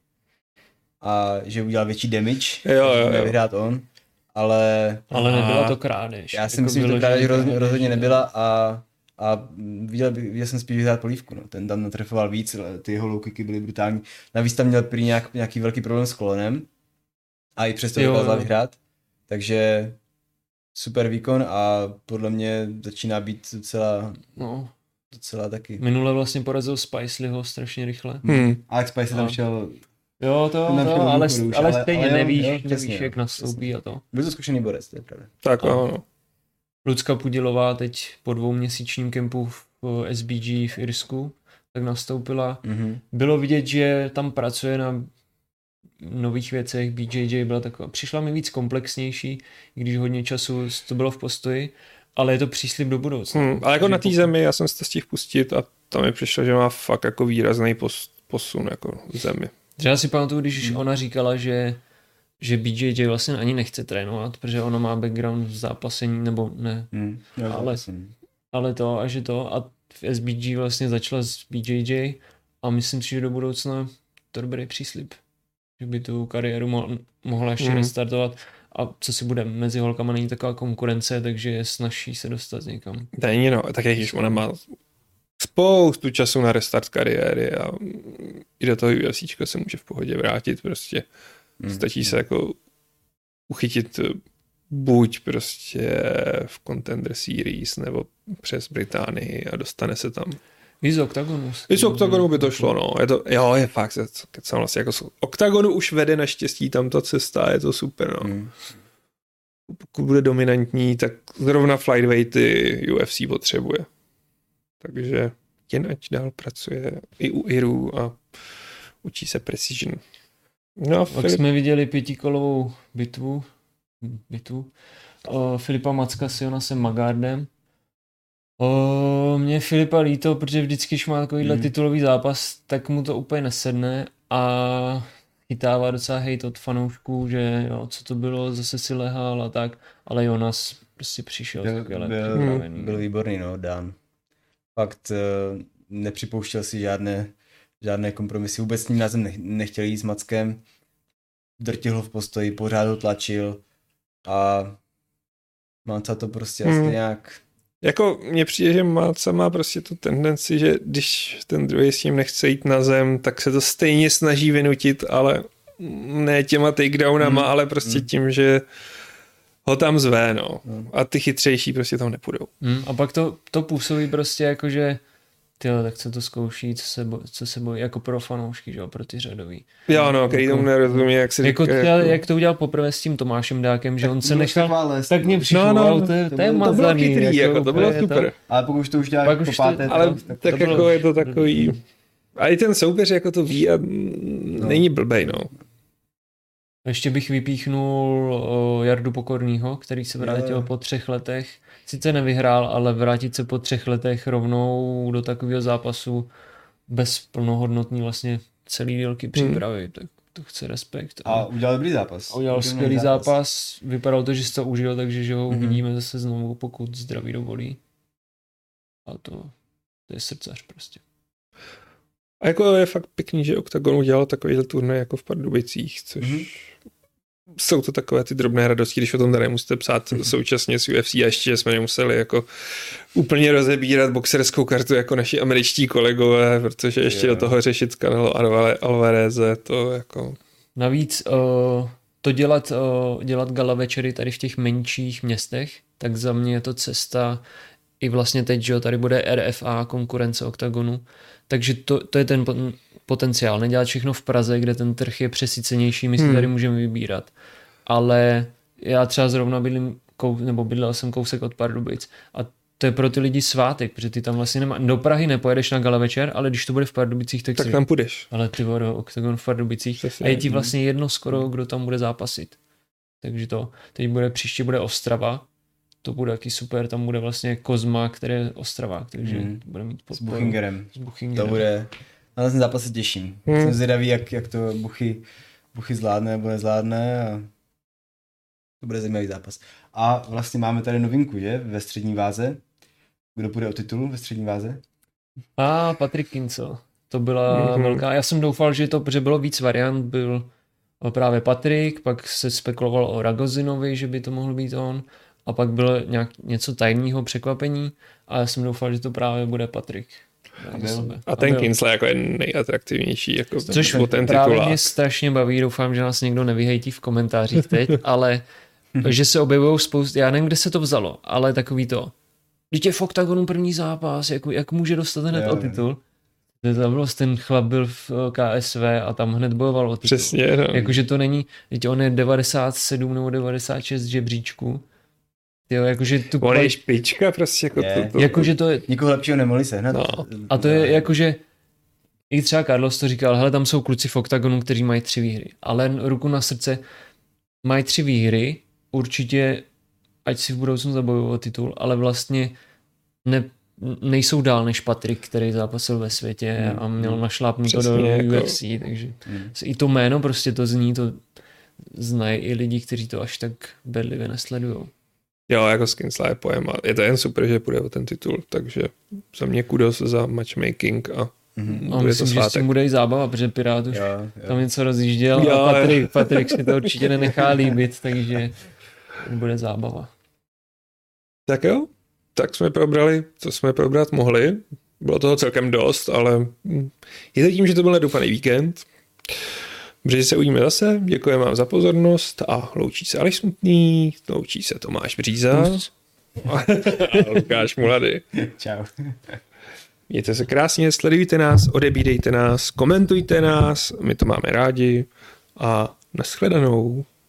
a že udělal větší damage, jo, jo, jo. vyhrát on, ale... Ale nebyla to krádež. Já si jako myslím, že to krádež rozhodně, rozhodně nebyla a A viděl, viděl jsem spíš vyhrát Polívku, no. Ten tam natrfoval víc, ty jeho low kicky byly brutální. Navíc tam měl prý nějak, nějaký velký problém s kolenem a i přesto dokázal vyhrát. Takže super výkon a podle mě začíná být docela, no. docela taky. Minule vlastně porazil Spicelyho strašně rychle. Hmm. Alex Spice tam šel... Jo, to, to šel ale, už, ale stejně ale nevíš, jo, nevíš přesně, jak nastoupí přesně. A to. Byl to zkušený borec, to je pravda. Tak ano. Lucka Pudilová teď po dvouměsíčním kempu v S B G v Irsku tak nastoupila. Mm-hmm. Bylo vidět, že tam pracuje na nových věcech. B J J byla taková, přišla mi víc komplexnější, když hodně času to bylo v postoji, ale je to příslib do budoucna. Hmm, ale jako na té zemi, já jsem se to stihl pustit a tam mi přišlo, že má fakt jako výrazný posun jako v zemi. Já si pamatuju, když hmm. ona říkala, že že B J J vlastně ani nechce trénovat, protože ona má background v zápasení, nebo ne, hmm, ale, ale to a že to a v S B G vlastně začala s B J J a myslím si, že do budoucna to dobrý příslib, že by tu kariéru mo- mohla ještě hmm. restartovat a co si bude, mezi holkama není taková konkurence, takže je snazší se dostat někam. Není no, tak jak ona má spoustu času na restart kariéry a i do toho UFCčka se může v pohodě vrátit prostě. Mm. Stačí se jako uchytit buď prostě v Contender Series nebo přes Británii a dostane se tam. I z Octagonu. I z Octagonu by to šlo, no. Je to, jo, je fakt, jsem vlastně jako z Octagonu už vede naštěstí tam ta cesta, je to super, no. Mm. Pokud bude dominantní, tak zrovna flyweighty U F C potřebuje. Takže jen ať dál pracuje i u Irů a učí se precision. No, pak Filip... jsme viděli pětikolovou bitvu, bitvu o Filipa Macka s Jonasem Magardem. O, mě Filipa líto, protože vždycky, když má takovýhle mm. titulový zápas, tak mu to úplně nesedne a chytává docela hejt od fanoušků, že jo, co to bylo, zase si lehal a tak, ale Jonas prostě přišel. Byl, byl, byl, byl výborný, no, Dan. Fakt uh, nepřipouštěl si žádné, žádné kompromisy, vůbec s ním názem nech, nechtěl jít s Mackem, drtil ho v postoji, pořád ho tlačil a Máca to prostě hmm. asi nějak... Jako mně přijde, že Máca má prostě tu tendenci, že když ten druhý s ním nechce jít na zem, tak se to stejně snaží vynutit, ale ne těma takedownama, hmm. ale prostě hmm. tím, že ho tam zve, no. Hmm. A ty chytřejší prostě tam nepůjdou. Hmm. A pak to, to působí prostě jako, že tyjo, tak co to zkouší, co se, boj, co se bojí, jako pro fanoušky, že jo, pro ty řadový. Jo, no, který jako, tomu nerozumí, jak se jako říká. Jako... Jak to udělal poprvé s tím Tomášem Dákem, že tak on se nechal, chvále, tak mě přišlo, no, no, to, to, to, to je mazaný. To bylo chytrý, jako, jako, to bylo super. To, ale pokud už to už dělá po páté, to, ale tak, tak, tak to jako bylo... je to takový, a i ten soupeř jako to ví a no. není blbej, no. Ještě bych vypíchnul o, Jardu Pokornýho, který se vrátil je. po třech letech. Sice nevyhrál, ale vrátit se po třech letech rovnou do takového zápasu bez plnohodnotný vlastně celý délky přípravy, hmm. tak to chce respekt. A udělal dobrý zápas. A udělal skvělý zápas. zápas. Vypadalo to, že si to užil, takže že ho hmm. uvidíme zase znovu, pokud zdraví dovolí. A to, to je srdcař prostě. A jako je fakt pěkný, že Octagon udělal takovýhle turnaj jako v Pardubicích, což mm-hmm. jsou to takové ty drobné radosti, když o tom tady musíte psát mm-hmm. současně s U F C a ještě jsme nemuseli jako úplně rozebírat boxerskou kartu jako naši američtí kolegové, protože ještě yeah. do toho řešit Canelo Alvareze, to jako... Navíc uh, to dělat, uh, dělat gala večery tady v těch menších městech, tak za mě je to cesta i vlastně teď, že tady bude R F A, konkurence Octagonu, takže to, to je ten potenciál. Nedělat všechno v Praze, kde ten trh je přesycenější, my si hmm. tady můžeme vybírat. Ale já třeba zrovna bydlím, nebo bydlel jsem kousek od Pardubic a to je pro ty lidi svátek, protože ty tam vlastně nemá. Do Prahy nepojedeš na gala večer, ale když to bude v Pardubicích, tak, tak si... tam půjdeš. Ale ty vole, Octagon v Pardubicích. Přesně. A je ti vlastně jedno skoro, kdo tam bude zápasit. Takže to, teď bude, příště bude Ostrava, to bude taky super, tam bude vlastně Kozma, který je Ostravák, takže hmm. bude mít podporu. S Buchingerem. S Buchingerem. To bude, na ten zápas se těším. Hmm. Jsem zvědavý, jak, jak to Buchy, Buchy zvládne nebo nezvládne a to bude zajímavý zápas. A vlastně máme tady novinku, že? Ve střední váze. Kdo půjde o titul ve střední váze? A Patrik Kincel. To byla mm-hmm. velká. Já jsem doufal, že to, protože bylo víc variant, byl právě Patrik, pak se spekuloval o Ragozinovi, že by to mohl být on. A pak bylo nějak něco tajného překvapení a já jsem doufal, že to právě bude Patrik. A ten Kinsler jako je nejatraktivnější. Jako což ten právě mě strašně baví, doufám, že nás někdo nevyhejtí v komentářích teď, ale že se objevují spoustu, já nevím, kde se to vzalo, ale takový to, když je v Octagonu první zápas, jak, jak může dostat hned jo, o titul? Tam bylo, ten chlap byl v K S V a tam hned bojoval o titul. Přesně, no. Jakože to není, teď on je devadesát sedm nebo devadesát šest žebříčku. Jo, jakože tu on je špička prostě jako je. to. to jakože to je... Nikoho lepšího nemohli sehnat. No. A to je jakože i třeba Carlos to říkal, hele, tam jsou kluci v Octagonu, kteří mají tři výhry. Ale ruku na srdce, mají tři výhry, určitě, ať si v budoucnu zabojují o titul, ale vlastně ne, nejsou dál než Patrik, který zápasil ve světě a měl našlápnuto do jako... U F C, takže mm. i to jméno prostě to zní, to znají i lidi, kteří to až tak bedlivě nesledujou. Jo, jako Skinsla je pojem a je to jen super, že půjde o ten titul, takže za mě kudos za matchmaking a mm-hmm. A myslím, že s tím bude i zábava, protože Pirát už jo, jo. tam něco rozjížděl jo, a Patrik, Patrik si to určitě nenechá líbit, takže bude zábava. Tak jo, tak jsme probrali, co jsme probrat mohli. Bylo toho celkem dost, ale je to tím, že to byl nedoufaný víkend. Brzy se uvidíme zase, děkujeme vám za pozornost a loučí se Aleš Smutný, loučí se Tomáš Bříza a Lukáš Mulady. Čau. Mějte se krásně, sledujte nás, odebírejte nás, komentujte nás, my to máme rádi a nashledanou.